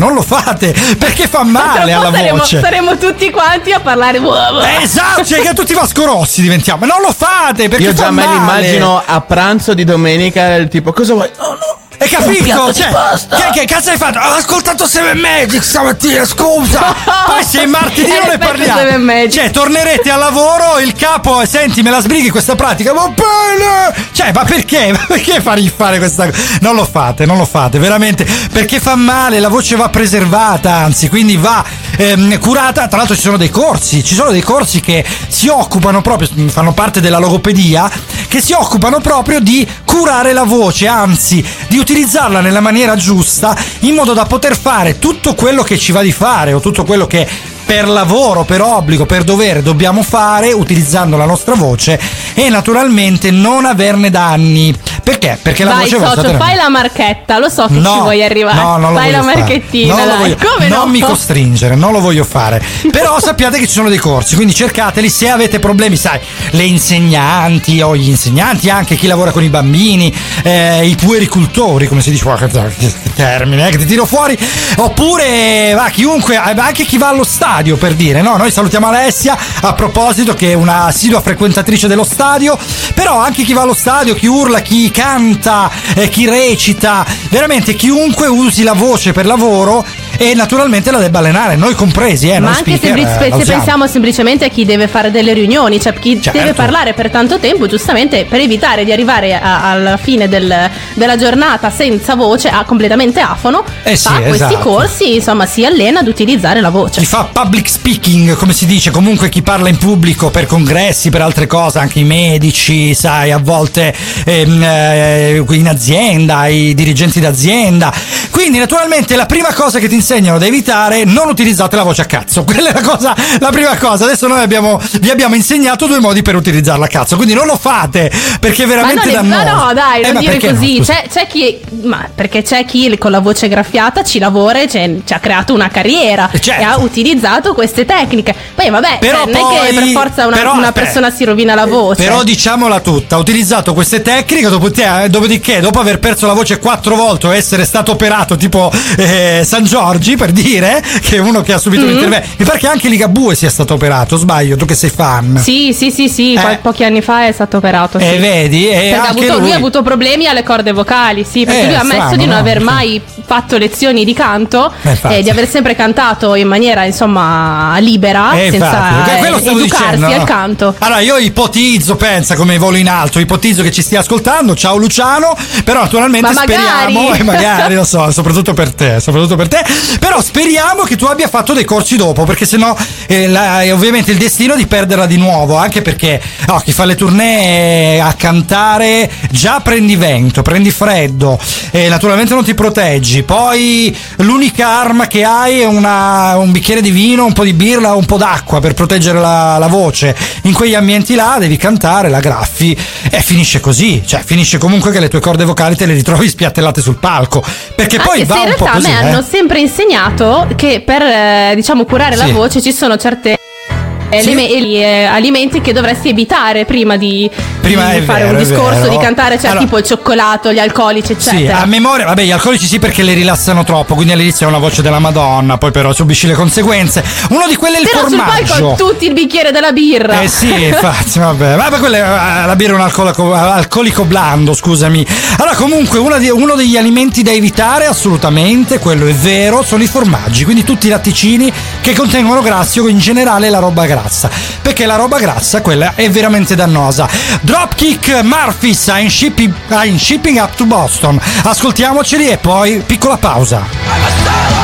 perché fa male alla voce. Saremo tutti quanti a parlare. Esatto, cioè che tutti Vasco Rossi diventiamo. Ma non lo fate perché io fa male. Io già me l'immagino a pranzo di domenica, il tipo, cosa vuoi? Oh no. Hai capito? Cioè, che cazzo hai fatto? Ho ascoltato 7 Magic stamattina, scusa. Poi se è martedì non ne parliamo. Cioè, tornerete al lavoro, il capo, senti, me la sbrighi questa pratica? Va bene. Cioè, ma perché? Ma perché fargli fare questa cosa? Non lo fate, veramente. Perché fa male, la voce va preservata, anzi, quindi va curata. Tra l'altro ci sono dei corsi che si occupano proprio, fanno parte della logopedia, che si occupano proprio di curare la voce, anzi, di utilizzarla nella maniera giusta, in modo da poter fare tutto quello che ci va di fare o tutto quello che per lavoro, per obbligo, per dovere dobbiamo fare utilizzando la nostra voce e naturalmente non averne danni. Perché? Perché la voce fai la marchetta, lo so che ci vuoi arrivare. No, non fai lo la marchettina, fare. Non mi costringere, non lo voglio fare. Però sappiate che ci sono dei corsi, quindi cercateli se avete problemi, sai, le insegnanti o gli insegnanti, anche chi lavora con i bambini, i puericultori, come si dice, che termine che ti tiro fuori, oppure chiunque, anche chi va allo stadio, per dire, no? Noi salutiamo Alessia a proposito, che è una assidua frequentatrice dello stadio, però anche chi va allo stadio, chi urla, chi canta, chi recita, veramente chiunque usi la voce per lavoro e naturalmente la debba allenare, noi compresi, ma anche se pensiamo semplicemente a chi deve fare delle riunioni, cioè chi deve parlare per tanto tempo, giustamente per evitare di arrivare alla fine della giornata senza voce, completamente afono, fa questi corsi, insomma, si allena ad utilizzare la voce. Chi fa public speaking, come si dice, comunque chi parla in pubblico per congressi, per altre cose, anche i medici, sai, a volte in azienda, i dirigenti d'azienda. Quindi naturalmente la prima cosa che ti insegnano da evitare: non utilizzate la voce a cazzo. Quella è la prima cosa. Adesso noi vi abbiamo insegnato 2 modi per utilizzarla a cazzo, quindi non lo fate perché è veramente dannoso. No, dai, non dire così. C'è chi con la voce graffiata ci lavora e ci ha creato una carriera e ha utilizzato queste tecniche. Poi vabbè, non è che per forza una persona si rovina la voce. Però diciamola tutta, ha utilizzato queste tecniche, dopodiché, dopo aver perso la voce 4 volte o essere stato operato tipo San Giorgi, per dire, che è uno che ha subito un intervento. Mi pare che anche Ligabue sia stato operato, sbaglio, tu che sei fan. Sì, pochi anni fa è stato operato. E vedi? Perché lui ha avuto problemi alle corde vocali, perché lui ha ammesso di non aver mai fatto lezioni di canto e di aver sempre cantato in maniera, insomma, libera, senza educarsi al canto. Allora io ipotizzo, pensa come volo in alto, ipotizzo che ci stia ascoltando, ciao Luciano, però naturalmente speriamo, e magari lo so, soprattutto per te, però speriamo che tu abbia fatto dei corsi dopo, perché sennò ovviamente il destino di perderla di nuovo, anche perché chi fa le tournée a cantare già prendi vento, prendi freddo e naturalmente non ti proteggi, poi l'unica arma che hai è un bicchiere di vino, un po' di birra, un po' d'acqua per proteggere la voce. In quegli ambienti là devi cantare, la graffi e finisce così, cioè finisce comunque che le tue corde vocali te le ritrovi spiattellate sul palco, perché poi va un po' così. A me hanno sempre insegnato che per curare la voce ci sono certe alimenti che dovresti evitare prima di fare vero, un discorso, vero. di cantare, cioè Allora, tipo il cioccolato, gli alcolici, eccetera. Sì, a memoria, vabbè, gli alcolici sì, perché le rilassano troppo, quindi all'inizio è una voce della Madonna, poi però subisci le conseguenze. Uno di quelli è il però formaggio. sul palco tutti il bicchiere della birra. Sì, infatti, vabbè. Ma la birra è un alcolico blando, scusami. Allora, comunque, uno degli alimenti da evitare, assolutamente, quello è vero, sono i formaggi, quindi tutti i latticini che contengono grassi o in generale la roba grassa, perché la roba grassa, quella è veramente dannosa. Dropkick Murphys in shipping up to Boston. Ascoltiamoceli e poi piccola pausa.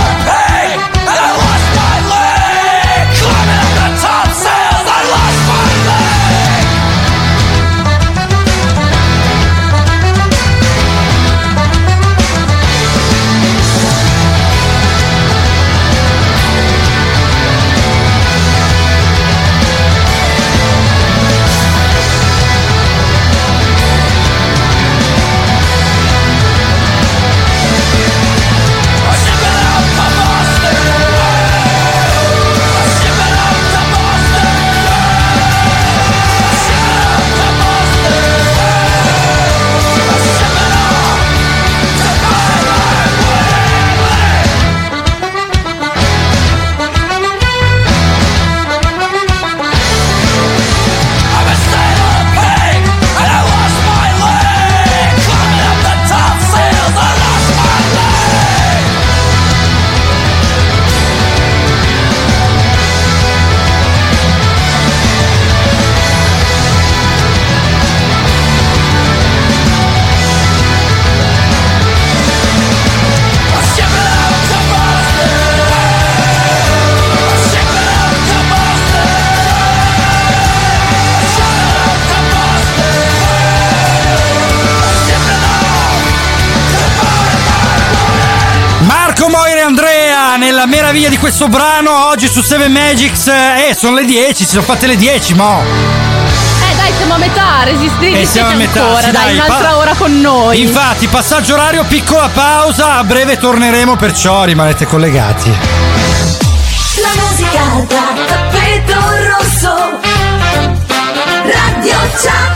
Andrea nella meraviglia di questo brano oggi su 7 Magics. Sono le 10, si sono fatte le 10, mo. Dai, siamo a metà, resistete siamo a metà, ancora, sì, dai, un'altra ora con noi. Infatti, passaggio orario, piccola pausa, a breve torneremo, perciò rimanete collegati. La musica da tappeto rosso, Radio Chuck.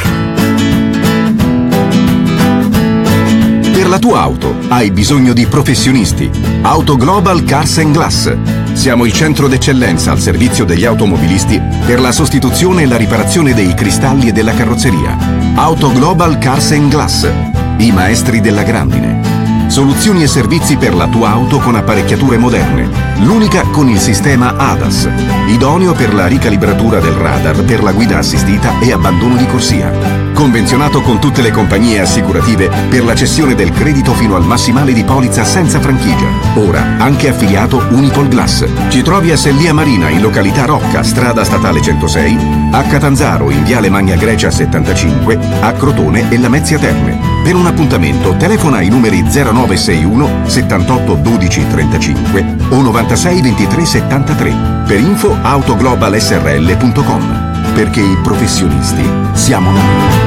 Per la tua auto hai bisogno di professionisti. Auto Global Cars & Glass. Siamo il centro d'eccellenza al servizio degli automobilisti per la sostituzione e la riparazione dei cristalli e della carrozzeria. Auto Global Cars & Glass. I maestri della grandine. Soluzioni e servizi per la tua auto con apparecchiature moderne. L'unica con il sistema ADAS. Idoneo per la ricalibratura del radar per la guida assistita e abbandono di corsia. Convenzionato con tutte le compagnie assicurative per la cessione del credito fino al massimale di polizza senza franchigia. Ora anche affiliato Unipol Glass. Ci trovi a Sellia Marina in località Rocca, strada statale 106, a Catanzaro in viale Magna Grecia 75, a Crotone e Lamezia Terme. Per un appuntamento telefona ai numeri 0961 78 12 35 o 96 23 73. Per info autoglobalsrl.com. Perché i professionisti siamo noi.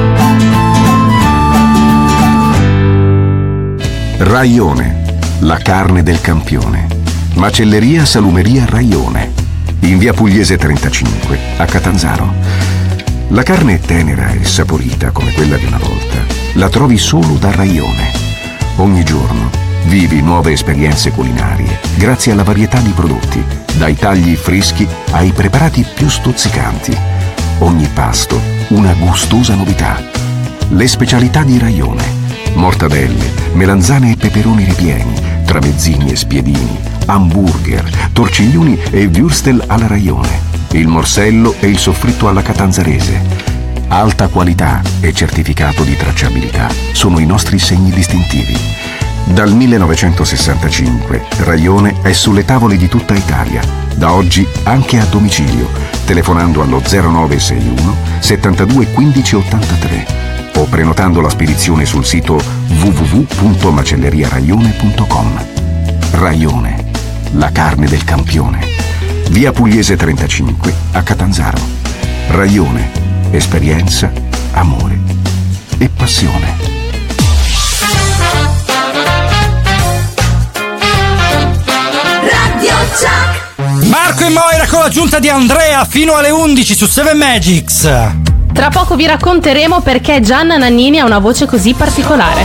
Raione, la carne del campione. Macelleria Salumeria Raione, in via Pugliese 35, a Catanzaro. La carne è tenera e saporita come quella di una volta. La trovi solo da Raione. Ogni giorno vivi nuove esperienze culinarie grazie alla varietà di prodotti, dai tagli freschi ai preparati più stuzzicanti. Ogni pasto una gustosa novità. Le specialità di Raione: mortadelle, melanzane e peperoni ripieni, tramezzini e spiedini, hamburger, torciglioni e würstel alla Raione, il morsello e il soffritto alla catanzarese. Alta qualità e certificato di tracciabilità sono i nostri segni distintivi. Dal 1965 Raione è sulle tavole di tutta Italia, da oggi anche a domicilio, telefonando allo 0961 72 15 83 o prenotando la spedizione sul sito www.macelleriaraione.com. Raione, la carne del campione. Via Pugliese 35 a Catanzaro. Raione, esperienza, amore e passione. Radio Chuck. Marco e Moira con l'aggiunta di Andrea fino alle 11 su 7 Magics. Tra poco vi racconteremo perché Gianna Nannini ha una voce così particolare.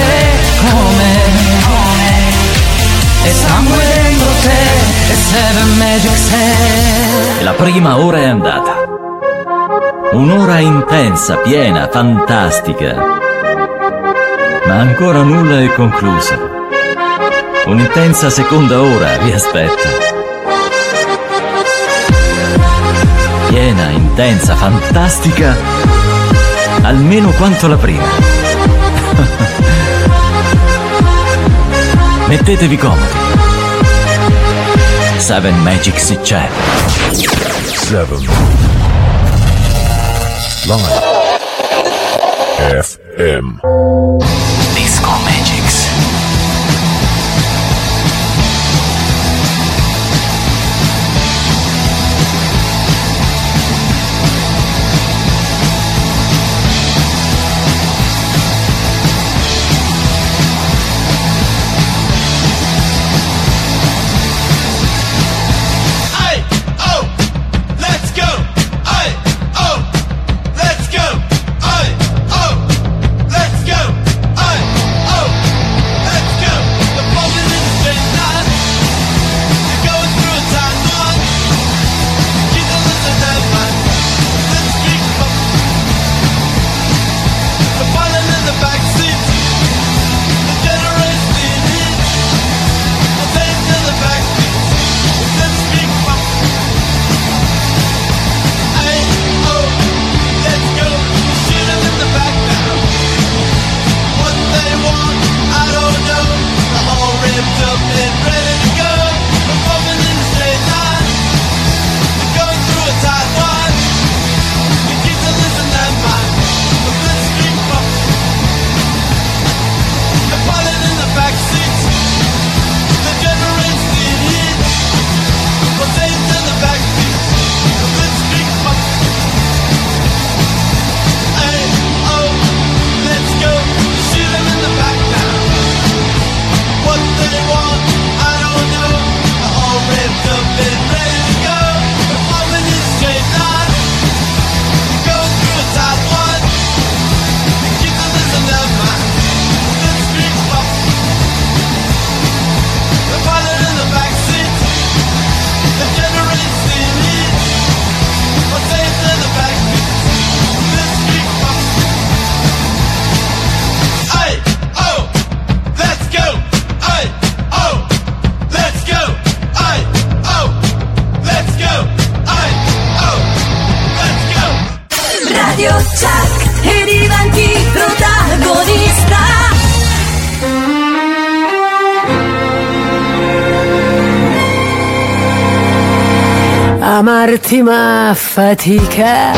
E sangue dentro te, e 7 Magics è. La prima ora è andata. Un'ora intensa, piena, fantastica. Ma ancora nulla è conclusa. Un'intensa seconda ora vi aspetta. Piena, intensa, fantastica, almeno quanto la prima. Mettetevi comodi. 7 Magics c'è. 7 Live FM Disco Magics. Amarti ma fatica,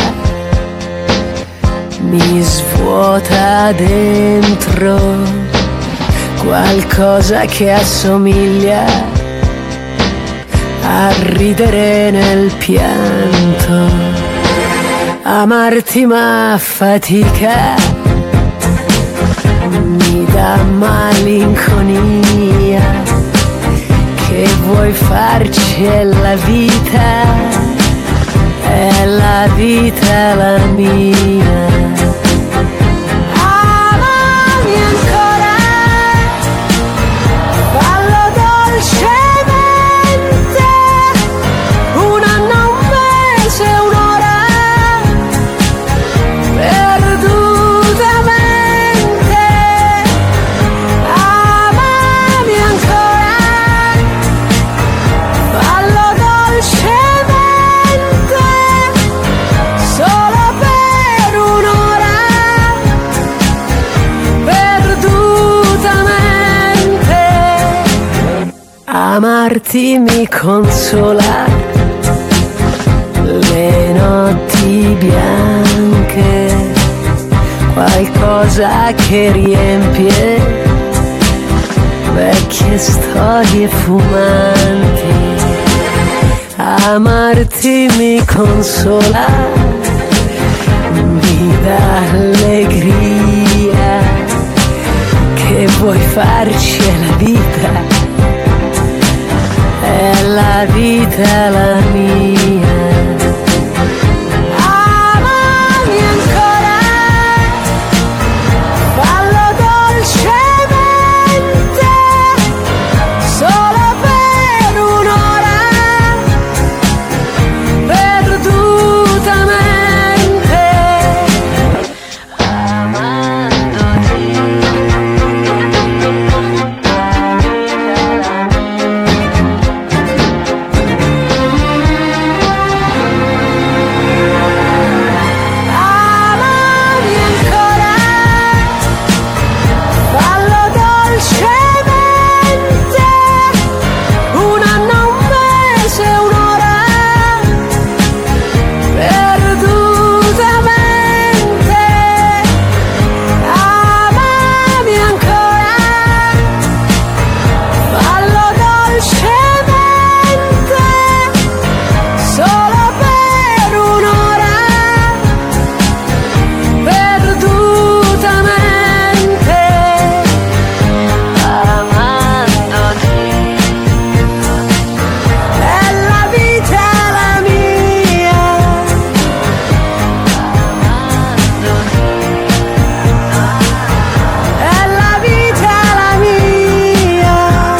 mi svuota dentro qualcosa che assomiglia a ridere nel pianto. Amarti ma fatica, mi dà malinconia. Che vuoi farci è la vita la mia. Amami ancora, fallo dolcemente, un anno, un mese, un'ora, perdutamente. Amami ancora, fallo dolcemente, solo per un'ora, perdutamente. Amarti mi consola le notti bianche, qualcosa che riempie vecchie storie fumanti. Amarti mi consola, mi dà allegria. Che vuoi farci è la è la vita la mia. Amami ancora, fallo dolcemente, solo per un'ora, perdutamente, amandoti. Amami ancora, fallo dolcemente, un anno, un mese, un'ora, perdutamente, amami ancora, fallo dolcemente, solo per un'ora, perdutamente, amandoti. È la vita la mia, amandoti. È la vita la mia,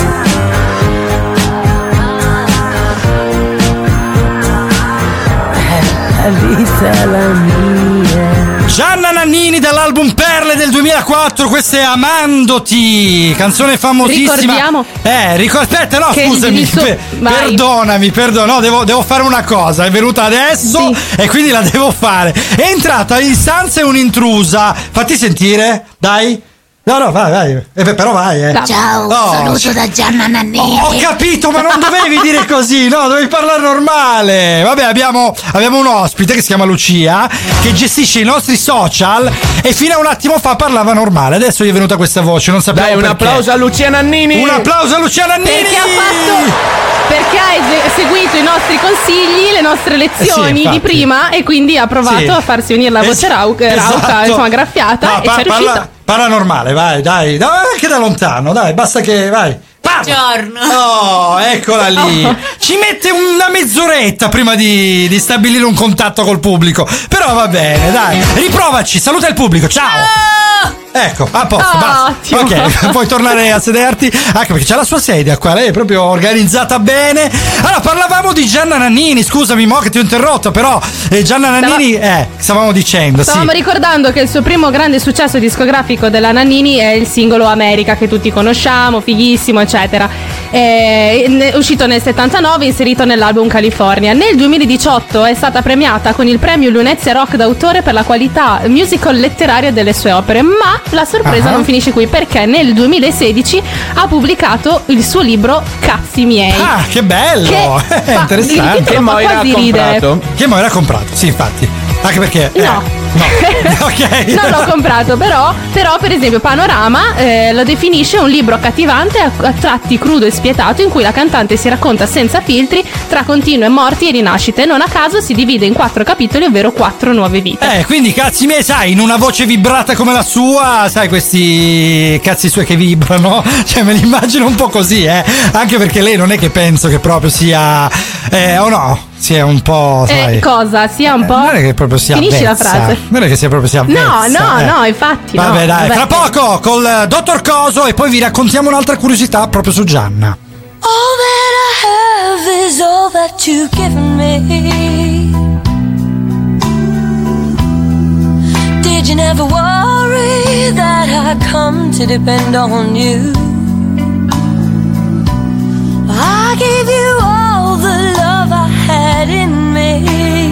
è la vita la mia. Gianna Nannini dall'album Perle del 2004, questa è Amandoti, canzone famosissima. Ricordiamo Aspetta, no, che scusami, il suo- vai. perdonami, no, devo fare una cosa, è venuta adesso e quindi la devo fare. È entrata in stanza un'intrusa, fatti sentire, dai. No, vai. Però vai, Ciao, saluto da Gianna Nannini. Ho capito, ma non dovevi dire così, no, dovevi parlare normale. Vabbè, abbiamo un ospite che si chiama Lucia, che gestisce i nostri social e fino a un attimo fa parlava normale. Adesso gli è venuta questa voce, non sapevo Dai, un perché. applauso a Lucia Nannini. Un applauso a Lucia Nannini. Perché ha seguito i nostri consigli, le nostre lezioni infatti. di prima e quindi ha provato a farsi unire la voce rauca, insomma, graffiata, No, e ci è riuscito. Parla normale, vai, dai, anche da lontano, dai, basta che vai. Buongiorno. Oh, eccola lì. Ci mette una mezz'oretta prima di stabilire un contatto col pubblico. Però va bene, dai. Riprovaci, saluta il pubblico, ciao. Ecco, a posto, basta. Ok, puoi tornare a sederti. Anche perché c'è la sua sedia qua, lei è proprio organizzata bene. Allora, parlavamo di Gianna Nannini, scusami mo che ti ho interrotto, però Gianna Nannini, stavamo dicendo, Stavamo ricordando che il suo primo grande successo discografico della Nannini è il singolo America, che tutti conosciamo, fighissimo, eccetera. È uscito nel 79, inserito nell'album California. Nel 2018 è stata premiata con il premio Lunezia Rock d'autore per la qualità musical letteraria delle sue opere, ma la sorpresa non finisce qui, perché nel 2016 ha pubblicato il suo libro Cazzi miei. Ah, che bello! Interessante. Che Moira ha comprato. Che Moira ha comprato, sì, infatti. Anche perché No. Ok. Non l'ho comprato, però per esempio Panorama lo definisce un libro accattivante, a tratti crudo e spietato, in cui la cantante si racconta senza filtri tra continue morti e rinascite. Non a caso si divide in 4 capitoli, ovvero 4 nuove vite. Quindi cazzi miei, sai, in una voce vibrata come la sua, sai, questi cazzi suoi che vibrano, cioè me li immagino un po' così, anche perché lei non è che penso che proprio sia o no, sia un po', sai, cosa? Sia un po'. Non è che proprio sia Finisci avvezza. la frase. Non è che sia proprio sia avvezza. No, infatti. Vabbè, no. dai, tra poco col dottor Coso e poi vi raccontiamo un'altra curiosità proprio su Gianna. All that I have is all that you've given me. Did you never worry that I come to depend on you? I gave you all the love I had in me.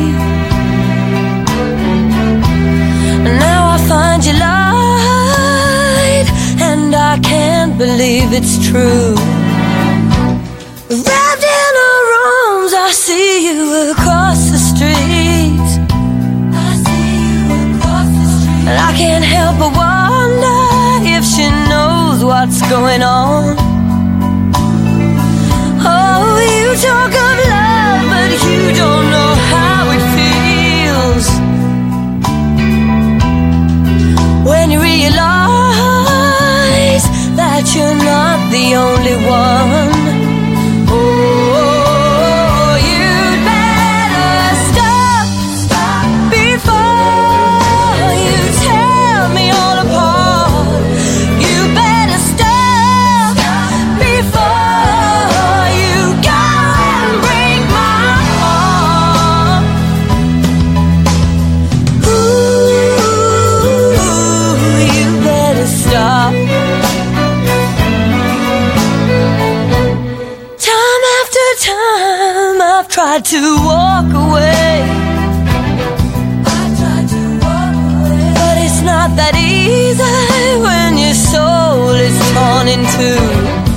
Now I find you lied, and I can't believe it's true. Wrapped in her arms, I see you across the street. And I can't help but wonder if she knows what's going on. Oh, you talk of love, but you don't know how it feels when you realize that you're not the only one. Oh, tried to walk away. But it's not that easy when your soul is torn in two.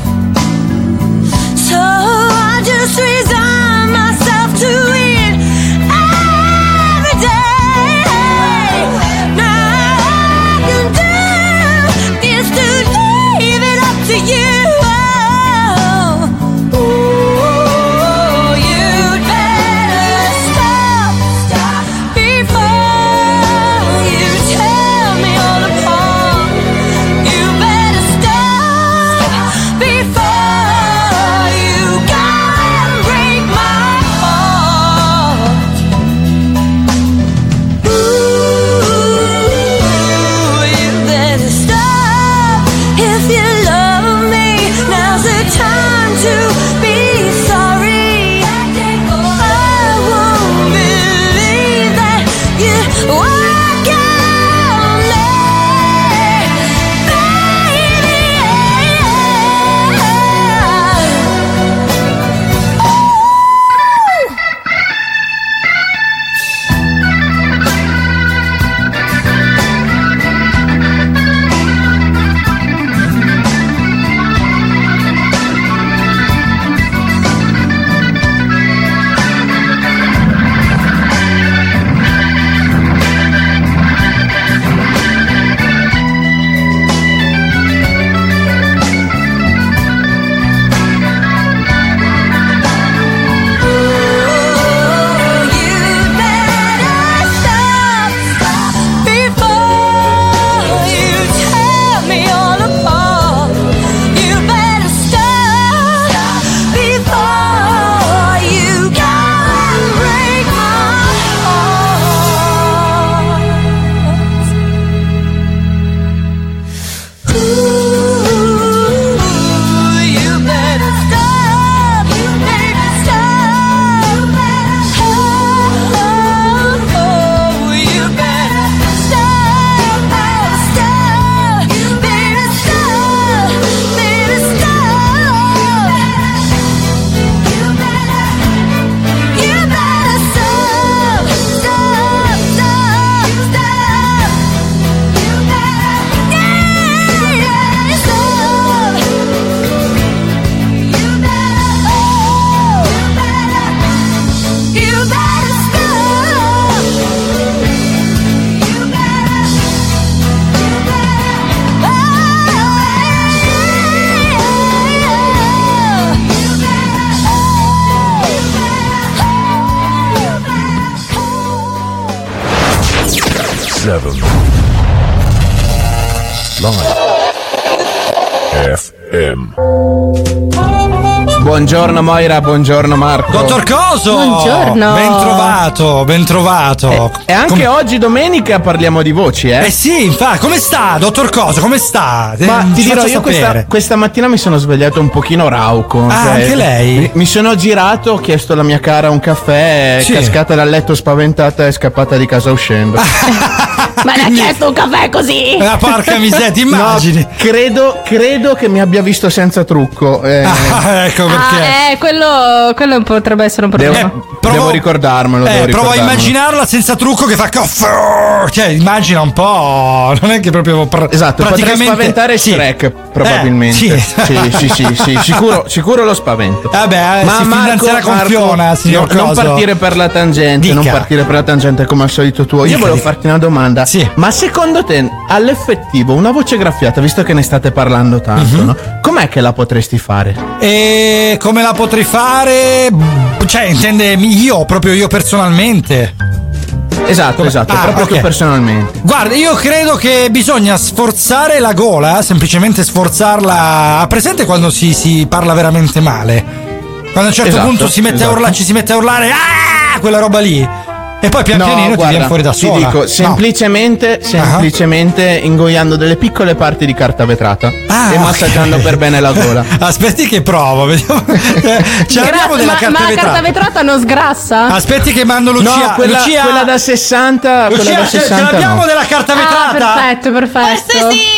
So I just resign myself to it every day. Now all I can do is to leave it up to you. Buongiorno Moira, buongiorno Marco. Dottor Coso! Buongiorno. Ben trovato. E anche oggi domenica parliamo di voci, eh? Eh sì, infatti, come sta, dottor Coso? Come sta? Ma ti dirò, io questa mattina mi sono svegliato un pochino rauco. Ah, anche lei? Mi sono girato, ho chiesto alla mia cara un caffè, è cascata dal letto spaventata e scappata di casa uscendo. Ma le ha chiesto un caffè così? Porca miseria, ti immagini? No, credo che mi abbia visto senza trucco. Ecco perché. Quello potrebbe essere un problema. Devo ricordarmelo. Provo a immaginarla senza trucco che fa cioè, immagina un po'. Non è che proprio. Esatto, potrei spaventare Shrek, probabilmente. Sì, sicuro lo spavento. Vabbè, ma Marco confiona, signor Coso. Non partire per la tangente, Dica. non partire per la tangente come al solito tuo. Io volevo farti una domanda. Sì. Ma secondo te, all'effettivo, una voce graffiata, visto che ne state parlando tanto, no? Com'è che la potresti fare? E come la potrei fare? Cioè, intende proprio io personalmente? Esatto, proprio tu personalmente. Guarda, io credo che bisogna sforzare la gola, semplicemente sforzarla. Ha presente quando si parla veramente male? Quando a un certo punto ci si mette a urlare, quella roba lì. E poi pian pianino ti viene fuori da sola. Ti dico, semplicemente ingoiando delle piccole parti di carta vetrata e massaggiando per bene la gola. Aspetti che provo, vediamo. Abbiamo della carta ma vetrata. la carta vetrata non sgrassa? Aspetti che mando Lucia. No, quella da 60. Lucia, ce l'abbiamo della carta vetrata. Perfetto. Questo sì.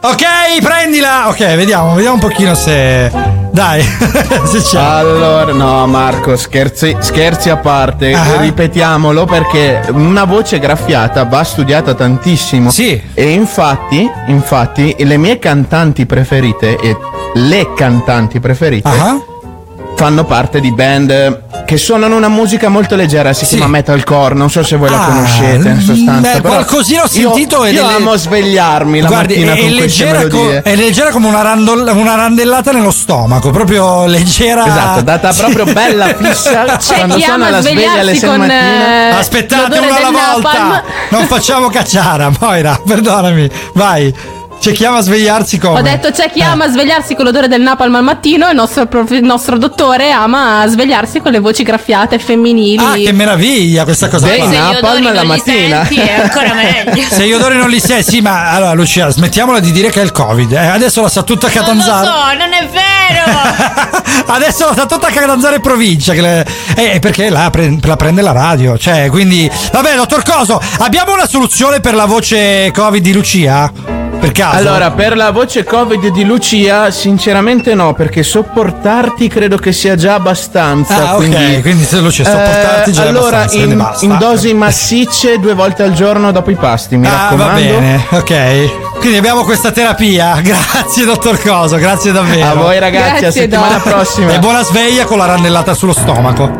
Ok, prendila. Ok, vediamo un pochino se. Dai, se c'è. Allora, no, Marco, scherzi a parte. Ripetiamolo perché una voce graffiata va studiata tantissimo. Sì. E infatti, le mie cantanti preferite e le cantanti preferite fanno parte di band che suonano una musica molto leggera, si chiama metalcore, non so se voi la conoscete in sostanza. Qualcosina ho sentito io amo svegliarmi la mattina con queste melodie. È leggera come una randellata nello stomaco, proprio leggera. Esatto, data proprio bella fissa. Quando suona la sveglia alle 6 mattina. Aspettate una alla volta. Non facciamo cacciara, Moira, perdonami. Vai. C'è chi ama svegliarsi come? Ho detto c'è chi ama svegliarsi con l'odore del napalm al mattino. Il nostro dottore ama svegliarsi con le voci graffiate femminili. Ah, che meraviglia questa cosa qua. Napalm la mattina è ancora meglio. Se gli odori non li sei, sì, ma allora Lucia, smettiamola di dire che è il Covid. Adesso la sa tutta Catanzaro. Non lo so, non è vero. Adesso la sa tutta Catanzaro e provincia. Perché la prende la radio. Cioè, quindi. Vabbè, dottor Coso, abbiamo una soluzione per la voce Covid di Lucia? Per caso? Allora, per la voce Covid di Lucia, sinceramente no, perché sopportarti credo che sia già abbastanza. Quindi se Lucia sopportarti già allora, abbastanza. Allora, in dosi massicce 2 volte al giorno dopo i pasti, mi raccomando. Va bene, ok. Quindi abbiamo questa terapia. Grazie, dottor Coso, grazie davvero. A voi ragazzi, a settimana prossima. E buona sveglia con la rannellata sullo stomaco.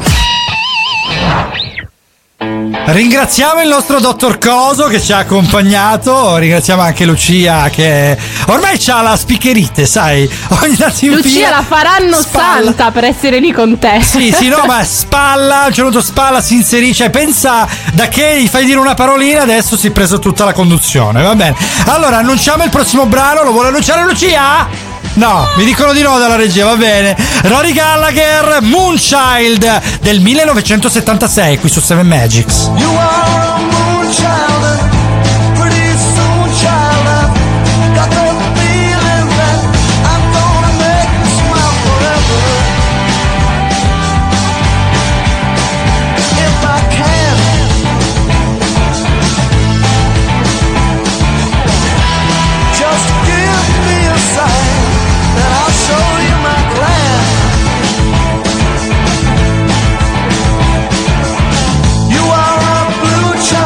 Ringraziamo il nostro dottor Coso che ci ha accompagnato. Ringraziamo anche Lucia che ormai c'ha la speakerite, sai. Ogni tanto Lucia la faranno santa per essere lì con te. Sì, no, ma spalla, a un certo punto spalla si inserisce. Pensa da che gli fai dire una parolina, adesso si è preso tutta la conduzione. Va bene. Allora, annunciamo il prossimo brano. Lo vuole annunciare Lucia? No, mi dicono di no dalla regia, va bene. Rory Gallagher, Moonchild del 1976 qui su 7 Magics. You are a moonchild, pretty soon child. Got the feeling that I'm gonna make you smile forever. If I can, just give me a sign that I'll show you my plan. You are a blue child.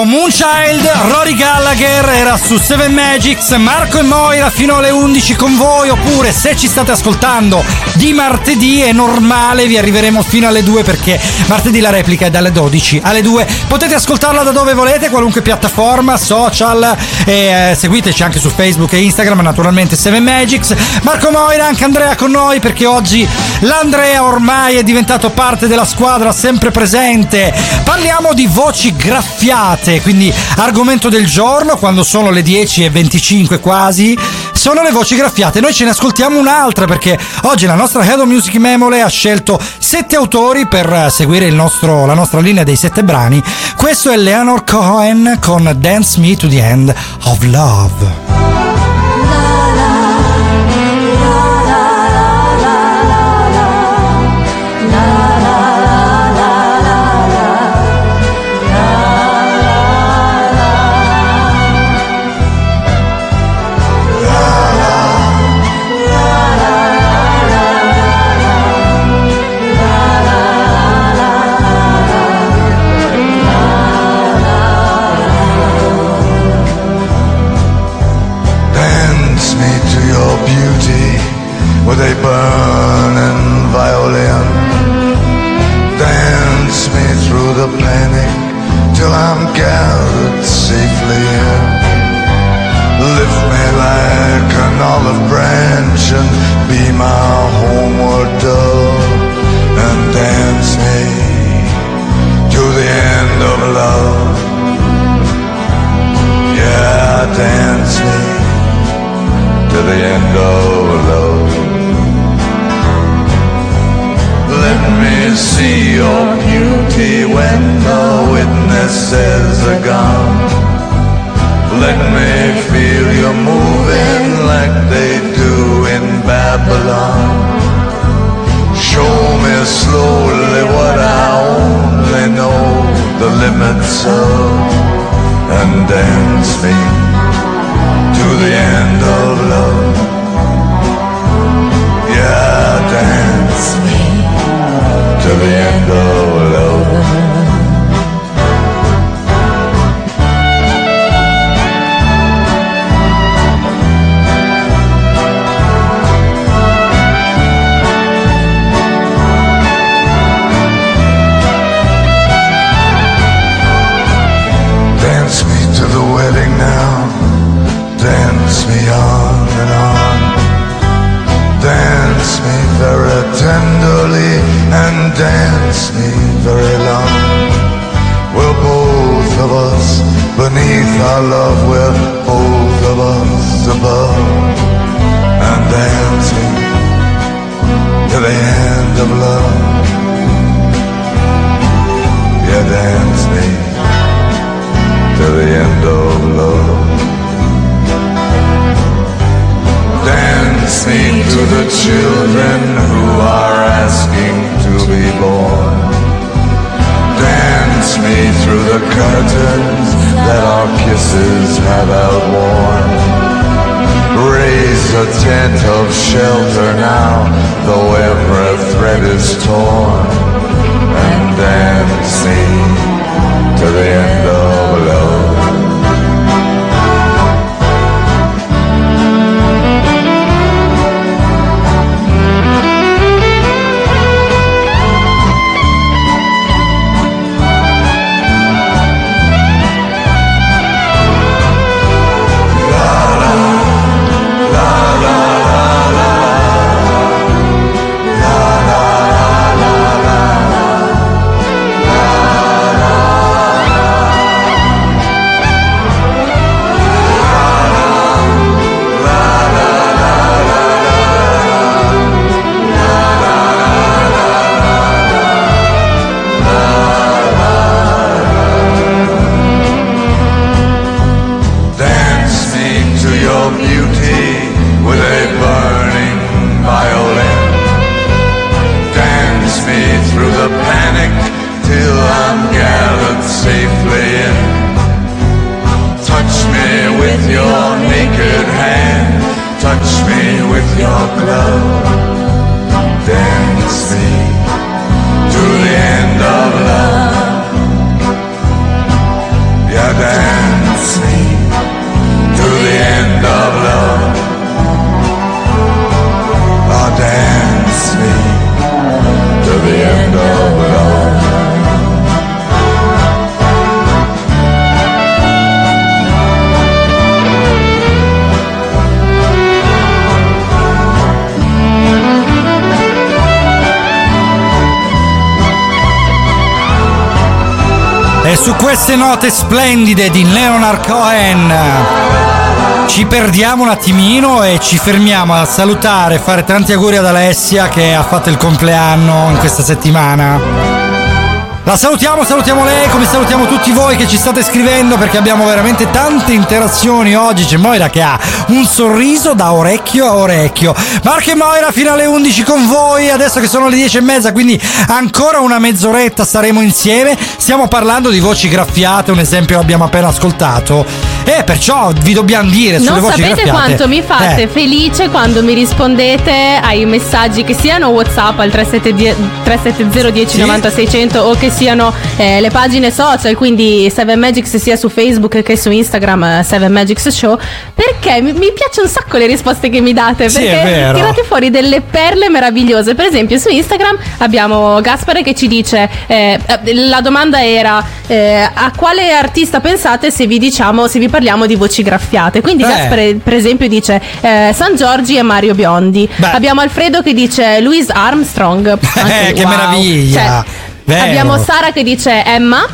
con Moonchild. Rory Gallagher era su Seven Magics. Marco e Moira fino alle 11 con voi, oppure se ci state ascoltando di martedì è normale, vi arriveremo fino alle 2 perché martedì la replica è dalle 12 alle 2. Potete ascoltarla da dove volete, qualunque piattaforma social, e seguiteci anche su Facebook e Instagram, naturalmente Seven Magics. Marco Moira, anche Andrea con noi perché oggi l'Andrea ormai è diventato parte della squadra, sempre presente. Parliamo di voci graffiate, quindi argomento del giorno, quando sono le 10:25 quasi, sono le voci graffiate. Noi ce ne ascoltiamo un'altra perché oggi la nostra Head of Music Memole ha scelto 7 autori per seguire la nostra linea dei 7 brani. Questo è Leonard Cohen con Dance Me to the End of Love. With a burning violin, dance me through the panic till I'm gathered safely in. Lift me like an olive branch and be my homeward dove, and dance me to the end of love. Yeah, dance me to the end of love. Let me see your beauty when the witnesses are gone. Let me feel you moving like they do in Babylon. Show me slowly what I only know the limits of, and dance me to the end of love. Yeah, dance me to the end of love. Dance me to the wedding now. Dance me on and on. Dance me very tenderly and dance me very long. We're both of us beneath our love, we're both of us above, and dance me to the end of love. Yeah, dance me to the end of love. Dance me to the children who are asking to be born. Dance me through the curtains that our kisses have outworn. Raise a tent of shelter now, though every thread is torn, and dance me to the end of love. su queste note splendide di Leonard Cohen ci perdiamo un attimino e ci fermiamo a salutare e fare tanti auguri ad Alessia che ha fatto il compleanno in questa settimana. La salutiamo lei come salutiamo tutti voi che ci state scrivendo, perché abbiamo veramente tante interazioni oggi. C'è Moira che ha un sorriso da orecchio a orecchio. Marco e Moira fino alle 11 con voi, adesso che sono le 10:30, quindi ancora una mezz'oretta staremo insieme. Stiamo parlando di voci graffiate, un esempio l'abbiamo appena ascoltato. Perciò vi dobbiamo dire sulle voci graffiate. Non sapete quanto mi fate felice quando mi rispondete ai messaggi, che siano WhatsApp al 370 10 90 600 o che siano le pagine social, quindi 7 Magics sia su Facebook che su Instagram, 7 Magics Show, perché mi piace un sacco le risposte che mi date, perché tirate fuori delle perle meravigliose. Per esempio su Instagram abbiamo Gaspare che ci dice la domanda era a quale artista pensate se vi parliamo di voci graffiate, quindi Gaspare per esempio dice San Giorgi e Mario Biondi. Abbiamo Alfredo che dice Louis Armstrong. Che wow. Meraviglia. Abbiamo Sara che dice Emma.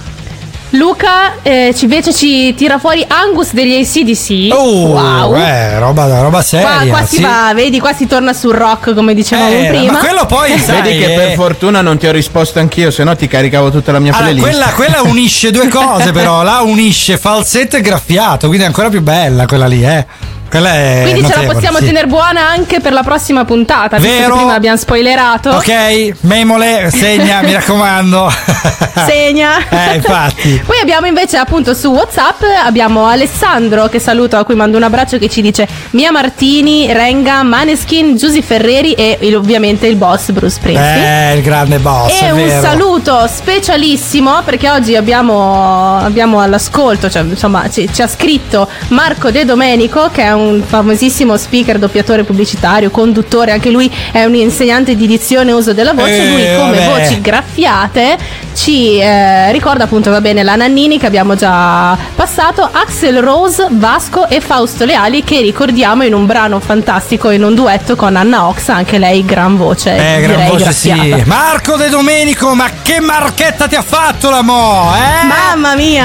Luca invece ci tira fuori Angus degli AC/DC. Wow. Roba seria. Qua si va, vedi, qua si torna sul rock come dicevamo prima. Ma quello poi vedi che per fortuna non ti ho risposto anch'io, se no ti caricavo tutta la mia playlist. Quella unisce due cose, però la unisce falsetto e graffiato, quindi è ancora più bella quella lì, Quindi ce la possiamo tenere buona anche per la prossima puntata. Vero? Prima abbiamo spoilerato. Ok, Memole, segna, mi raccomando. Segna. Infatti. Poi abbiamo invece appunto su WhatsApp abbiamo Alessandro che saluto, a cui mando un abbraccio, che ci dice Mia Martini, Renga, Maneskin, Giusy Ferreri e ovviamente il boss Bruce Springsteen. Il grande boss. E un saluto specialissimo perché oggi abbiamo all'ascolto, cioè insomma ci ha scritto Marco De Domenico, che è un famosissimo speaker, doppiatore pubblicitario, conduttore, anche lui è un insegnante di dizione e uso della voce. Lui come voci graffiate ci ricorda appunto, va bene, la Nannini che abbiamo già passato, Axl Rose, Vasco e Fausto Leali, che ricordiamo in un brano fantastico, in un duetto con Anna Ox, anche lei gran voce, gran voce graffiata. Sì. Marco De Domenico, ma che marchetta ti ha fatto la Mo? Mamma mia,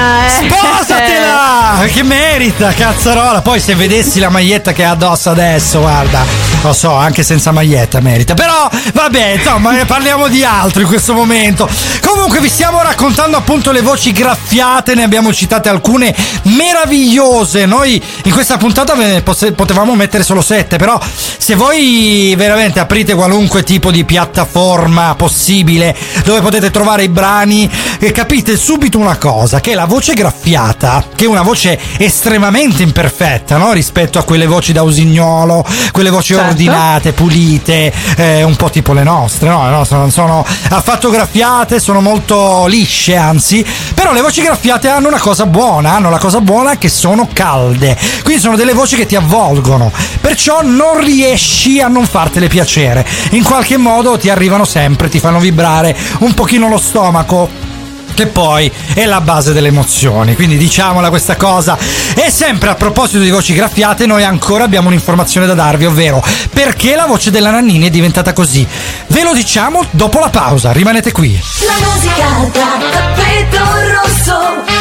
Sposatela! Che merita, cazzarola. Poi se vedessi la maglietta che ha addosso adesso, guarda, lo so, anche senza maglietta merita. Però vabbè, insomma, parliamo di altro in questo momento. Comunque vi stiamo raccontando appunto le voci graffiate, ne abbiamo citate alcune meravigliose. Noi in questa puntata potevamo mettere solo 7, però se voi veramente aprite qualunque tipo di piattaforma possibile dove potete trovare i brani, capite subito una cosa, che la voce graffiata, che è una voce estremamente imperfetta, no? Rispetto a quelle voci da usignolo, quelle voci ordinate, pulite, un po' tipo le nostre, no? Non sono affatto graffiate, sono molto lisce, anzi. Però le voci graffiate hanno una cosa buona, hanno la cosa buona che sono calde, quindi sono delle voci che ti avvolgono, perciò non riesci a non fartele piacere, in qualche modo ti arrivano sempre, ti fanno vibrare un pochino lo stomaco, che poi è la base delle emozioni, quindi diciamola questa cosa. E sempre a proposito di voci graffiate, noi ancora abbiamo un'informazione da darvi, ovvero perché la voce della Nannini è diventata così. Ve lo diciamo dopo la pausa, rimanete qui. La musica da tappeto rosso,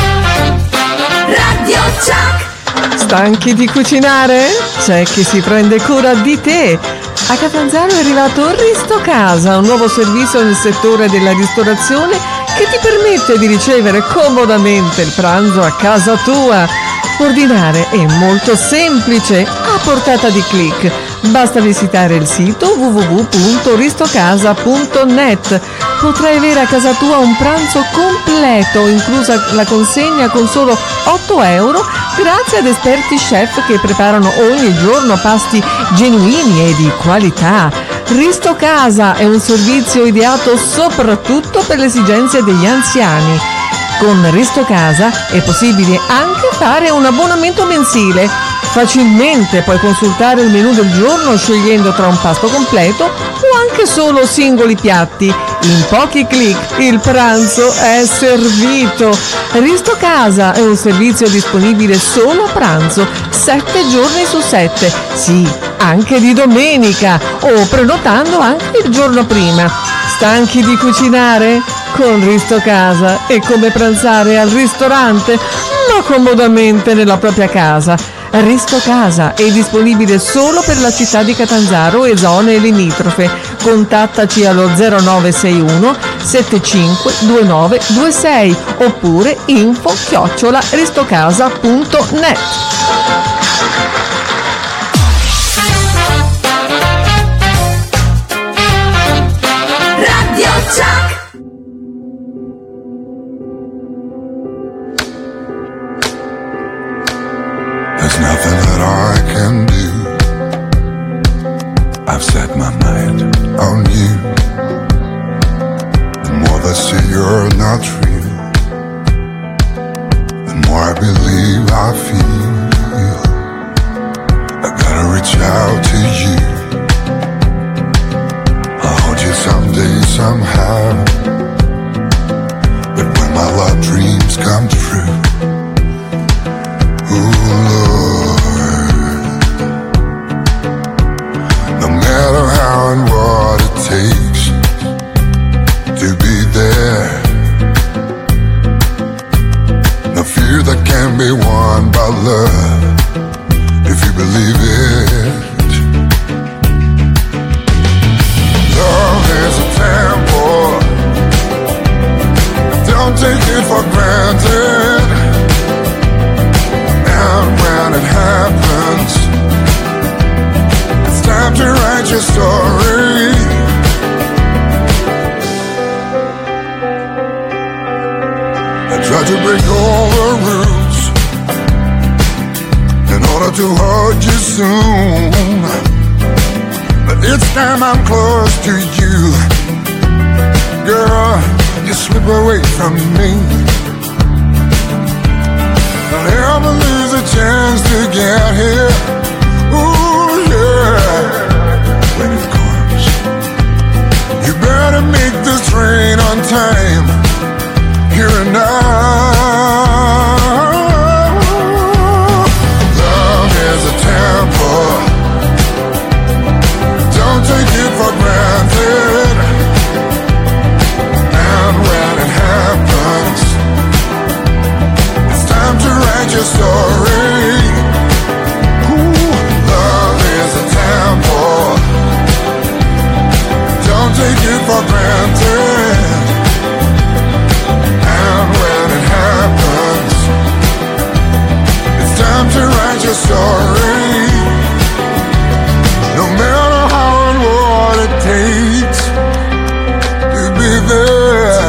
Radio Chuck. Stanchi di cucinare? C'è chi si prende cura di te. A Catanzaro è arrivato Risto Casa, un nuovo servizio nel settore della ristorazione che ti permette di ricevere comodamente il pranzo a casa tua. Ordinare è molto semplice, a portata di click. Basta visitare il sito www.ristocasa.net. Potrai avere a casa tua un pranzo completo, inclusa la consegna, con solo 8 euro, grazie ad esperti chef che preparano ogni giorno pasti genuini e di qualità. Risto Casa è un servizio ideato soprattutto per le esigenze degli anziani. Con Risto Casa è possibile anche fare un abbonamento mensile. Facilmente puoi consultare il menù del giorno scegliendo tra un pasto completo o anche solo singoli piatti. In pochi clic il pranzo è servito. Risto Casa è un servizio disponibile solo a pranzo, 7 giorni su 7, sì, anche di domenica, o prenotando anche il giorno prima. Stanchi di cucinare? Con Risto Casa è come pranzare al ristorante, ma comodamente nella propria casa. Risto Casa è disponibile solo per la città di Catanzaro e zone limitrofe. Contattaci allo 0961 75 29 26 oppure info@ristocasa.net. Radio Chuck. There's nothing that I can do. I've set my mind on you. The more they say you're not real, the more I believe I feel. I gotta reach out to you. I'll hold you someday, somehow. But when my love dreams come true, ooh, Lord, no matter how and what it takes to be there, no fear that can be won by love, if you believe it. Love is a temple, don't take it for granted. And when it happens, it's time to write your story. I tried to break all the rules in order to hold you soon, but each time I'm close to you, girl, you slip away from me. Don't ever lose a chance to get here. Ooh, yeah. When it comes, you better make this train on time, here and now. Love is a temple, don't take it for granted. And when it happens, time to write your story. Ooh, love is a temple, don't take it for granted. And when it happens, it's time to write your story. No matter how and what it takes to be there,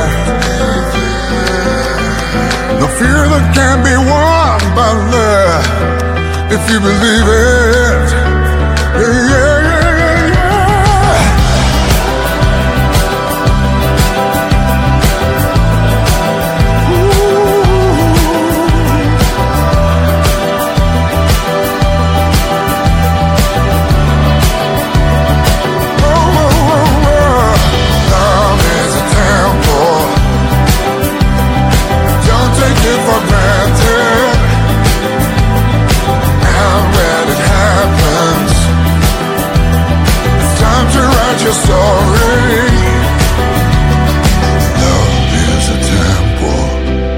no fear that can be won by love, if you believe it. Yeah, yeah, yeah, yeah. Oh, oh, oh, oh. Love is a temple, don't take it for granted. And when it happens, it's time to write your story. Love is a temple,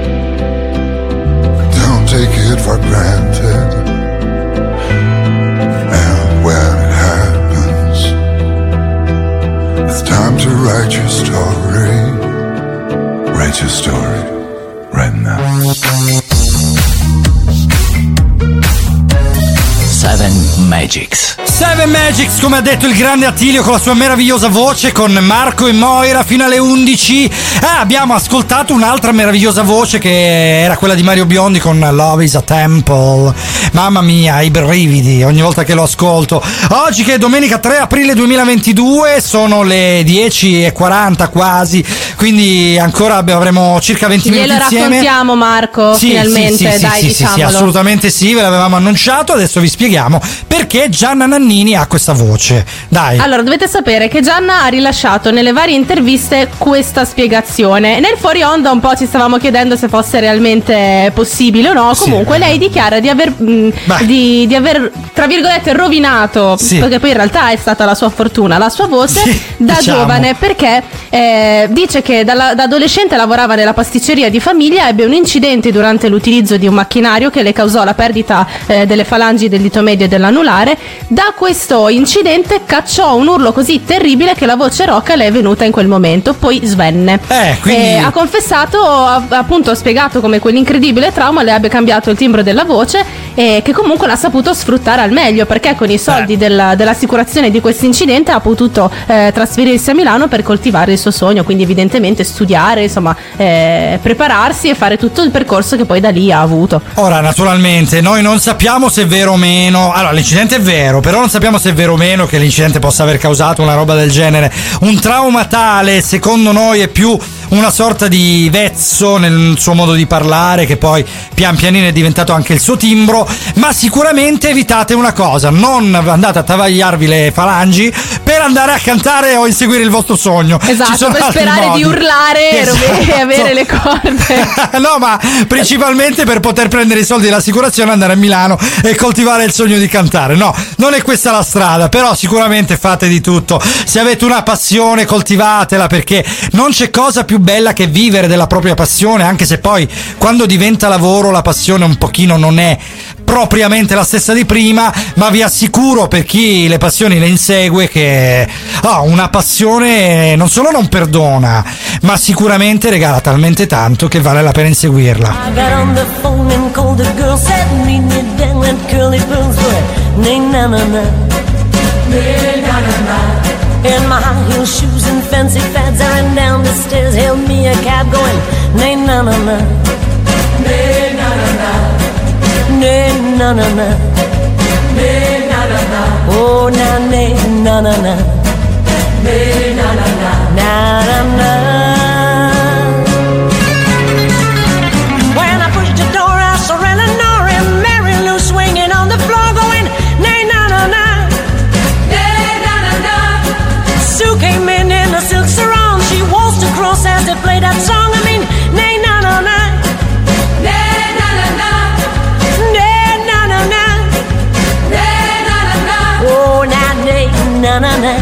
don't take it for granted. And when it happens, it's time to write your story. Write your story right now. Seven Magics. Seven Magics, come ha detto il grande Attilio con la sua meravigliosa voce, con Marco e Moira fino alle 11. Abbiamo ascoltato un'altra meravigliosa voce che era quella di Mario Biondi con Love is a Temple. Mamma mia, i brividi ogni volta che lo ascolto. Oggi che è domenica 3 aprile 2022, sono le 10:40 quasi, quindi ancora avremo circa 20 minuti insieme. Glielo raccontiamo, Marco, sì, finalmente, sì, dai, sì, diciamolo. sì, assolutamente sì, ve l'avevamo annunciato, adesso vi spieghiamo spieghiamo perché Gianna Nannini ha questa voce. Dai. Allora, dovete sapere che Gianna ha rilasciato nelle varie interviste questa spiegazione. Nel fuori onda un po' ci stavamo chiedendo se fosse realmente possibile o no. Comunque lei dichiara di aver di aver, tra virgolette, rovinato, perché poi in realtà è stata la sua fortuna, la sua voce da giovane, perché dice che da adolescente lavorava nella pasticceria di famiglia, ebbe un incidente durante l'utilizzo di un macchinario che le causò la perdita delle falangi del dito medio e dell'anulare. Da questo incidente cacciò un urlo così terribile che la voce roca le è venuta in quel momento, poi svenne. Quindi... ha confessato, appunto ha spiegato come quell'incredibile trauma le abbia cambiato il timbro della voce e che comunque l'ha saputo sfruttare al meglio, perché con i soldi dell'assicurazione di questo incidente ha potuto trasferirsi a Milano per coltivare il suo sogno, quindi evidentemente studiare, insomma prepararsi e fare tutto il percorso che poi da lì ha avuto. Ora, naturalmente noi non sappiamo se è vero o meno, allora l'incidente è vero, però non sappiamo se è vero o meno che l'incidente possa aver causato una roba del genere. Un trauma tale, secondo noi, è più una sorta di vezzo nel suo modo di parlare, che poi pian pianino è diventato anche il suo timbro. Ma sicuramente evitate una cosa: non andate a travagliarvi le falangi per andare a cantare o inseguire il vostro sogno. Esatto, per sperare di urlare e avere le corde. No, ma principalmente per poter prendere i soldi dell'assicurazione, andare a Milano e coltivare il sogno di cantare. No, non è questa la strada, però sicuramente fate di tutto. Se avete una passione, coltivatela, perché non c'è cosa più bella che vivere della propria passione, anche se poi quando diventa lavoro la passione un pochino non è propriamente la stessa di prima, ma vi assicuro, per chi le passioni le insegue, che una passione non solo non perdona, ma sicuramente regala talmente tanto che vale la pena inseguirla. I got on the phone and called the girl, said meet me down at Curly Burns for na-na-na-na. In my high heel shoes and fancy fads, I ran down the stairs, hailed me a cab going na-na-na-na. Na-na-na-na. Oh, na-na-na-na. Na-na-na. When I pushed the door, I saw Eleanor and Mary Lou swinging on the floor going na-na-na-na. Na-na-na-na. Sue came in a silk sarong, she waltzed across as they played that song. I mean, na-na-na-na. Oh, na-na-na.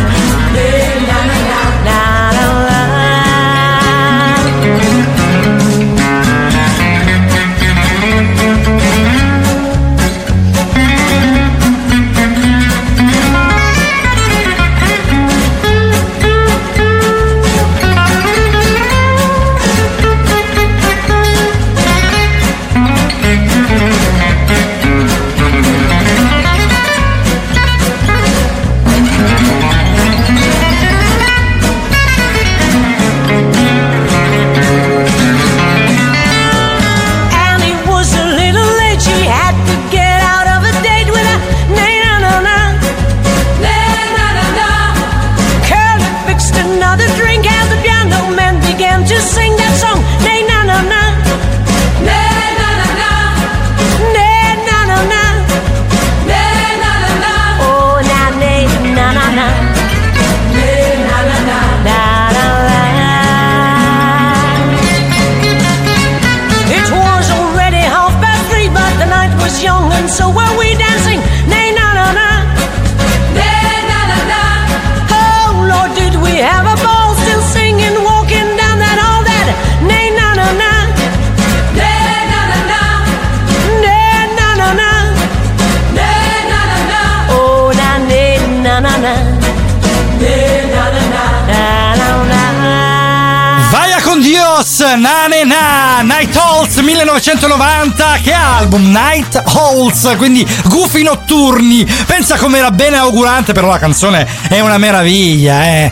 Young and so were we dancing, nay na na na, nay na na na. Oh Lord, did we have a ball, still singing, walking down that hall, that nay na na na, nay na na na, nay na na na, nay na na na. Oh na nay na na na, nay na na na, na na na. Vaya con Dios, Nane Na, Night Halls 1990, che album, Night Halls, quindi gufi notturni. Pensa com'era bene augurante, però la canzone è una meraviglia,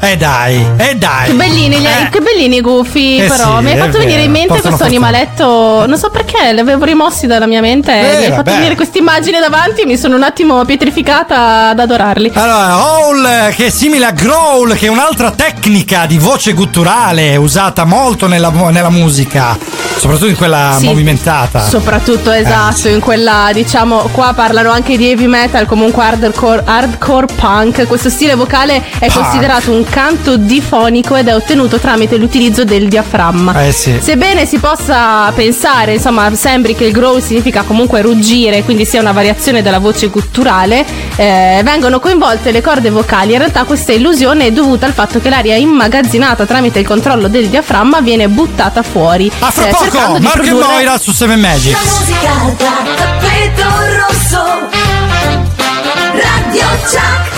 Dai. Che bellini i gufi, però. Sì, mi hai fatto venire in mente portano questo animaletto. Non so perché, li avevo rimossi dalla mia mente. Mi hai fatto venire questa immagine davanti e mi sono un attimo pietrificata ad adorarli. Allora, Howl, che è simile a growl, che è un'altra tecnica di voce gutturale usata molto nella musica, soprattutto in quella movimentata. Soprattutto, esatto, in quella, diciamo, qua parlano anche di heavy metal, comunque hardcore punk. Questo stile vocale è considerato un canto difonico ed è ottenuto tramite l'utilizzo del diaframma. Sebbene si possa pensare, insomma, sembri che il growl significa comunque ruggire, quindi sia una variazione della voce gutturale, vengono coinvolte le corde vocali. In realtà questa illusione è dovuta al fatto che l'aria immagazzinata tramite il controllo del diaframma viene buttata fuori. A fra poco, Marco e Moira su 7 Magic. La musica da tappeto rosso, Radio Chuck.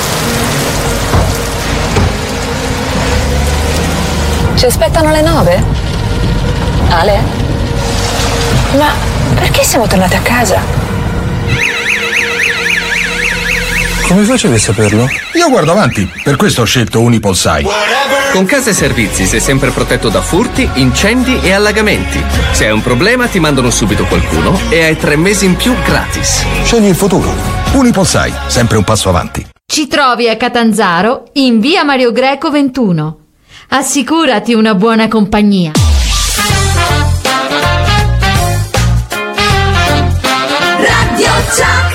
Ci aspettano alle 9? Ale? Ma perché siamo tornati a casa? Come facevi a saperlo? Io guardo avanti, per questo ho scelto Unipolsai. Con Casa e Servizi sei sempre protetto da furti, incendi e allagamenti. Se hai un problema ti mandano subito qualcuno e hai 3 mesi in più gratis. Scegli il futuro. Unipolsai, sempre un passo avanti. Ci trovi a Catanzaro in via Mario Greco 21. Assicurati una buona compagnia. Radio Chuck.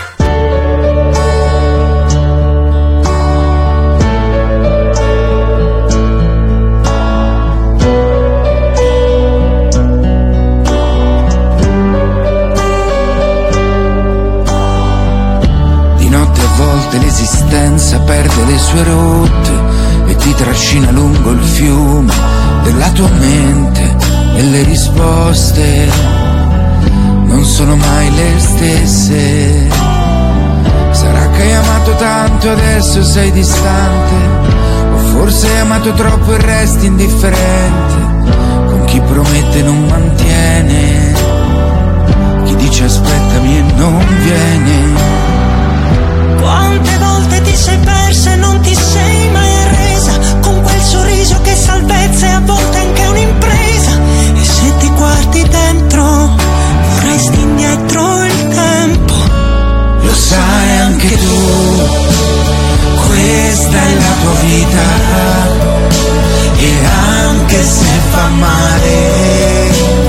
Di notte a volte l'esistenza perde le sue rotte e ti trascina lungo il fiume della tua mente e le risposte non sono mai le stesse. Sarà che hai amato tanto e adesso sei distante, o forse hai amato troppo e resti indifferente. Con chi promette non mantiene, chi dice aspettami e non viene. Quante volte ti sei persa e non ti sei mai arresa, con quel sorriso che è salvezza e a volte anche un'impresa. E se ti guardi dentro vorresti indietro il tempo. Lo sai anche tu, questa è la tua vita, e anche se fa male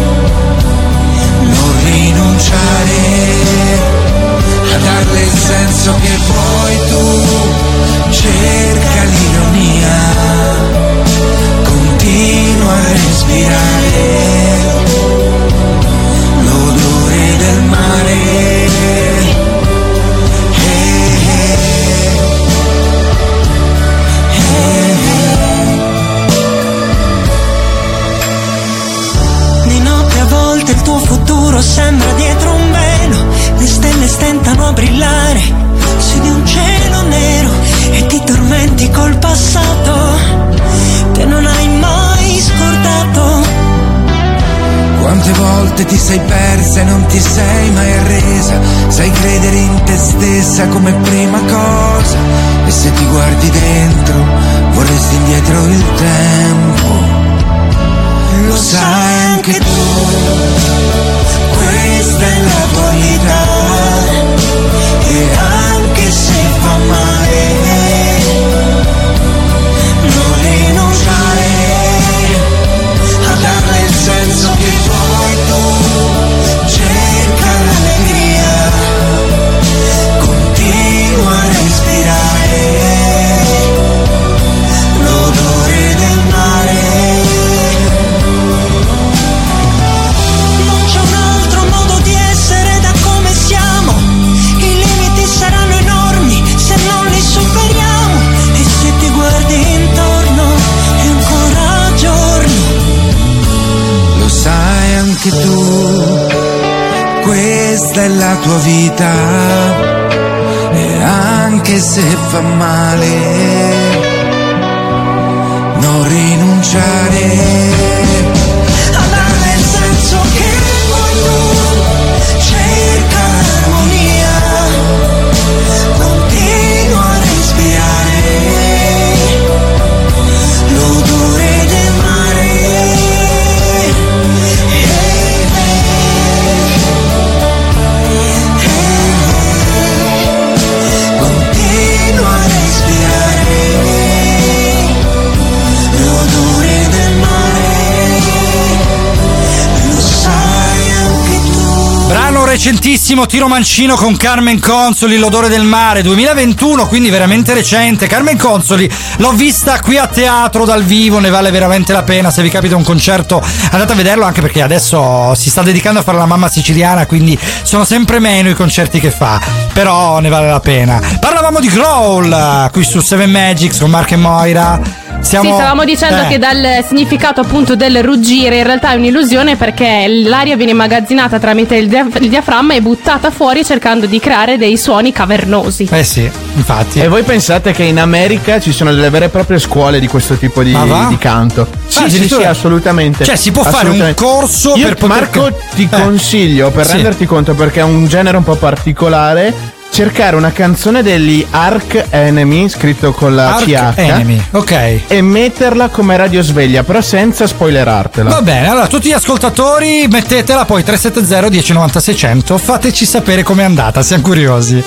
non rinunciare a darle il senso che vuoi tu. Cerca l'ironia, continua a respirare l'odore del mare. Di notte a volte il tuo futuro sembra dietro un velo, le stelle stentano a brillare su di un cielo nero e ti tormenti col passato che non hai mai scordato. Quante volte ti sei persa e non ti sei mai arresa, sai credere in te stessa come prima cosa, e se ti guardi dentro vorresti indietro il tempo. Lo sai anche tu, questa è la tua vita, e anche se fa male non rinunciare a darle il senso che vuoi tu. Cerca l'allegria, continua a respirare l'odore del mare. Non c'è un altro modo di essere da come siamo, i limiti saranno enormi se non li superiamo. E se ti guardi intorno è ancora giorno. Lo sai anche tu, questa è la tua vita, e anche se fa male non rinunciare a darle il senso che vuoi tu. Cerca l'armonia, continua a respirare recentissimo Tiro Mancino con Carmen Consoli, L'odore del mare, 2021, quindi veramente recente. Carmen Consoli l'ho vista qui a teatro dal vivo, ne vale veramente la pena. Se vi capita un concerto andate a vederlo, anche perché adesso si sta dedicando a fare la mamma siciliana, quindi sono sempre meno i concerti che fa, però ne vale la pena. Parlavamo di Growl qui su Seven Magics con Mark e Moira. Sì, stavamo dicendo che dal significato appunto del ruggire in realtà è un'illusione, perché l'aria viene immagazzinata tramite il diaframma e buttata fuori cercando di creare dei suoni cavernosi. Sì, infatti. E voi pensate che in America ci sono delle vere e proprie scuole di questo tipo di canto? Sì, assolutamente. Cioè si può fare un corso per poter... Marco, ti consiglio, per renderti conto, perché è un genere un po' particolare, cercare una canzone degli Arch Enemy, scritto con la CH, Enemy, ok, e metterla come radiosveglia, però senza spoilerartela. Va bene, allora tutti gli ascoltatori mettetela, poi 370 1090 600, fateci sapere com'è andata, siamo curiosi.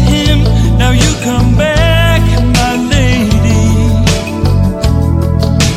Come back, my lady.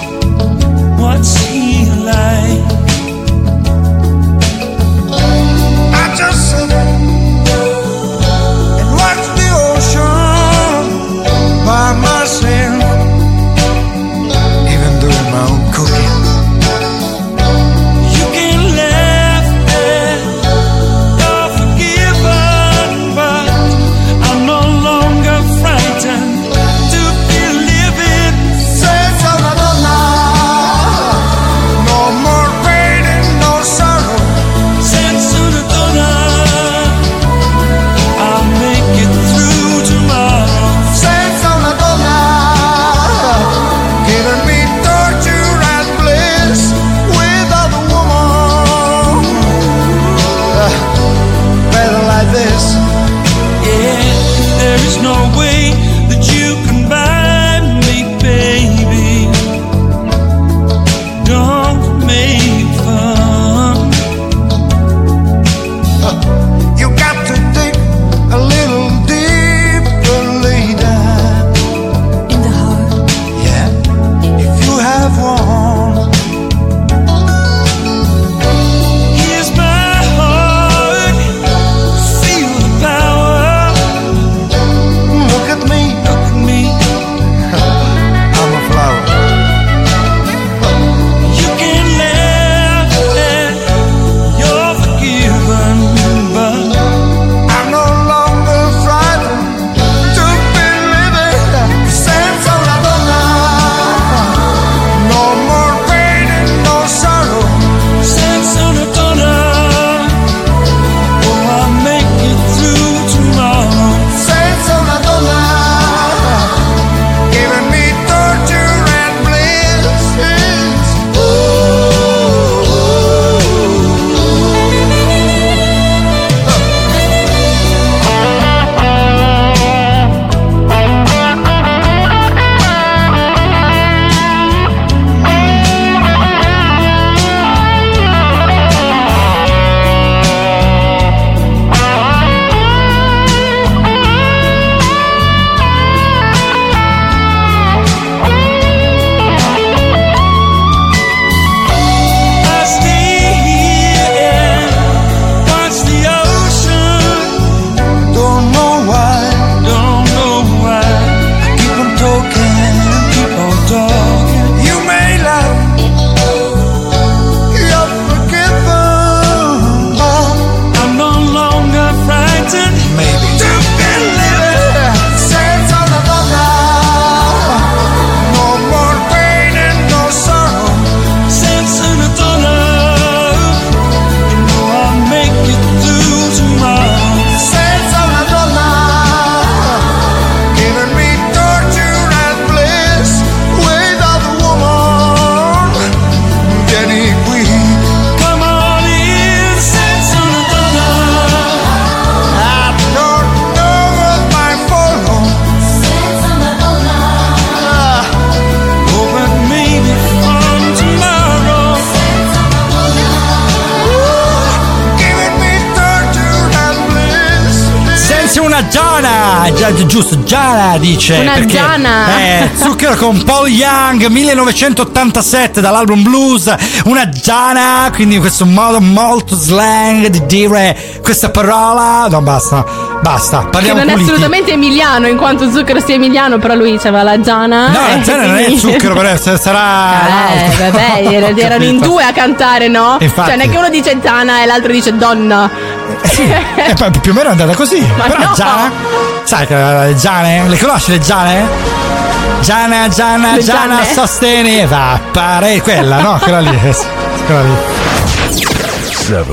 una Giana, giusto, Giana dice. Una perché Giana. Zucchero con Paul Young, 1987 dall'album Blues, una Giana, quindi in questo modo molto slang di dire questa parola. No, basta, parliamo che non è puliti. assolutamente emiliano, in quanto Zucchero sia emiliano, però lui aveva la Giana. No, la Giana non è Zucchero, però sarà. Vabbè, erano in due a cantare, no? Infatti. Cioè, non è che uno dice Giana e l'altro dice donna. Più o meno è andata così. Ma però no. Giana, sai che le Giane? Le conosci le Giane? Giana, Le Giana, Gianne. sosteni, va, pare quella, no? Quella lì. Quella lì. 7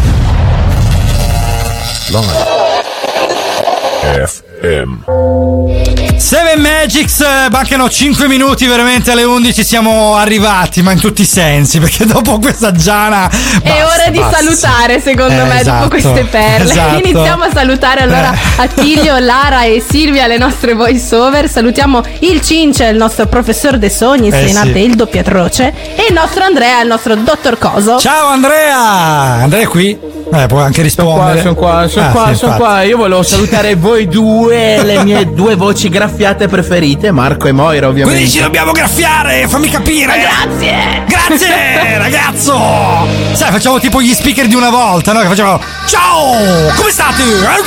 FM. 7 Magics, mancano 5 minuti veramente alle 11, siamo arrivati, ma in tutti i sensi, perché dopo questa Giana È ora di salutare, secondo me, esatto, dopo queste perle. esatto. Iniziamo a salutare allora Attilio, Lara e Silvia, le nostre voice over. Salutiamo il Cince, il nostro professor dei sogni, insegnante sì. il doppio atroce, e il nostro Andrea, il nostro dottor Coso. Ciao Andrea! Andrea è qui? Puoi anche rispondere. Sono qua. Io volevo salutare voi due, le mie due voci graffiate preferite, Marco e Moira, ovviamente. Quindi ci dobbiamo graffiare, fammi capire. Grazie. Grazie, ragazzo. Sai, facciamo tipo gli speaker di una volta, no? Che facciamo ciao, come state?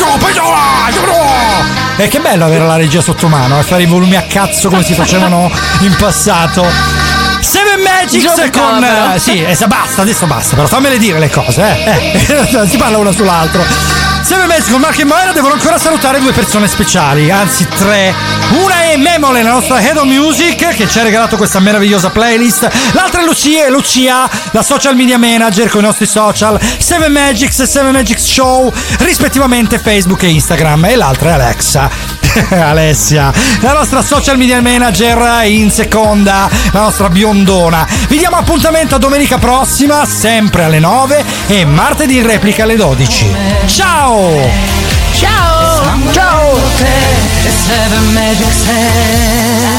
E che bello avere la regia sotto mano e fare i volumi a cazzo come si facevano in passato. 7 Magics con sì, basta, adesso basta, però fammele dire le cose, si parla uno sull'altro. 7 Magics con Marco e Moira devono ancora salutare due persone speciali, anzi 3. Una è Memole, la nostra Head of Music, che ci ha regalato questa meravigliosa playlist. L'altra è Lucia, la social media manager con i nostri social 7 Magics e 7 Magics Show, rispettivamente Facebook e Instagram. E l'altra è Alessia, la nostra social media manager in seconda, la nostra biondona. Vi diamo appuntamento a domenica prossima, sempre alle 9 e martedì in replica alle 12. Ciao! Ciao! Ciao!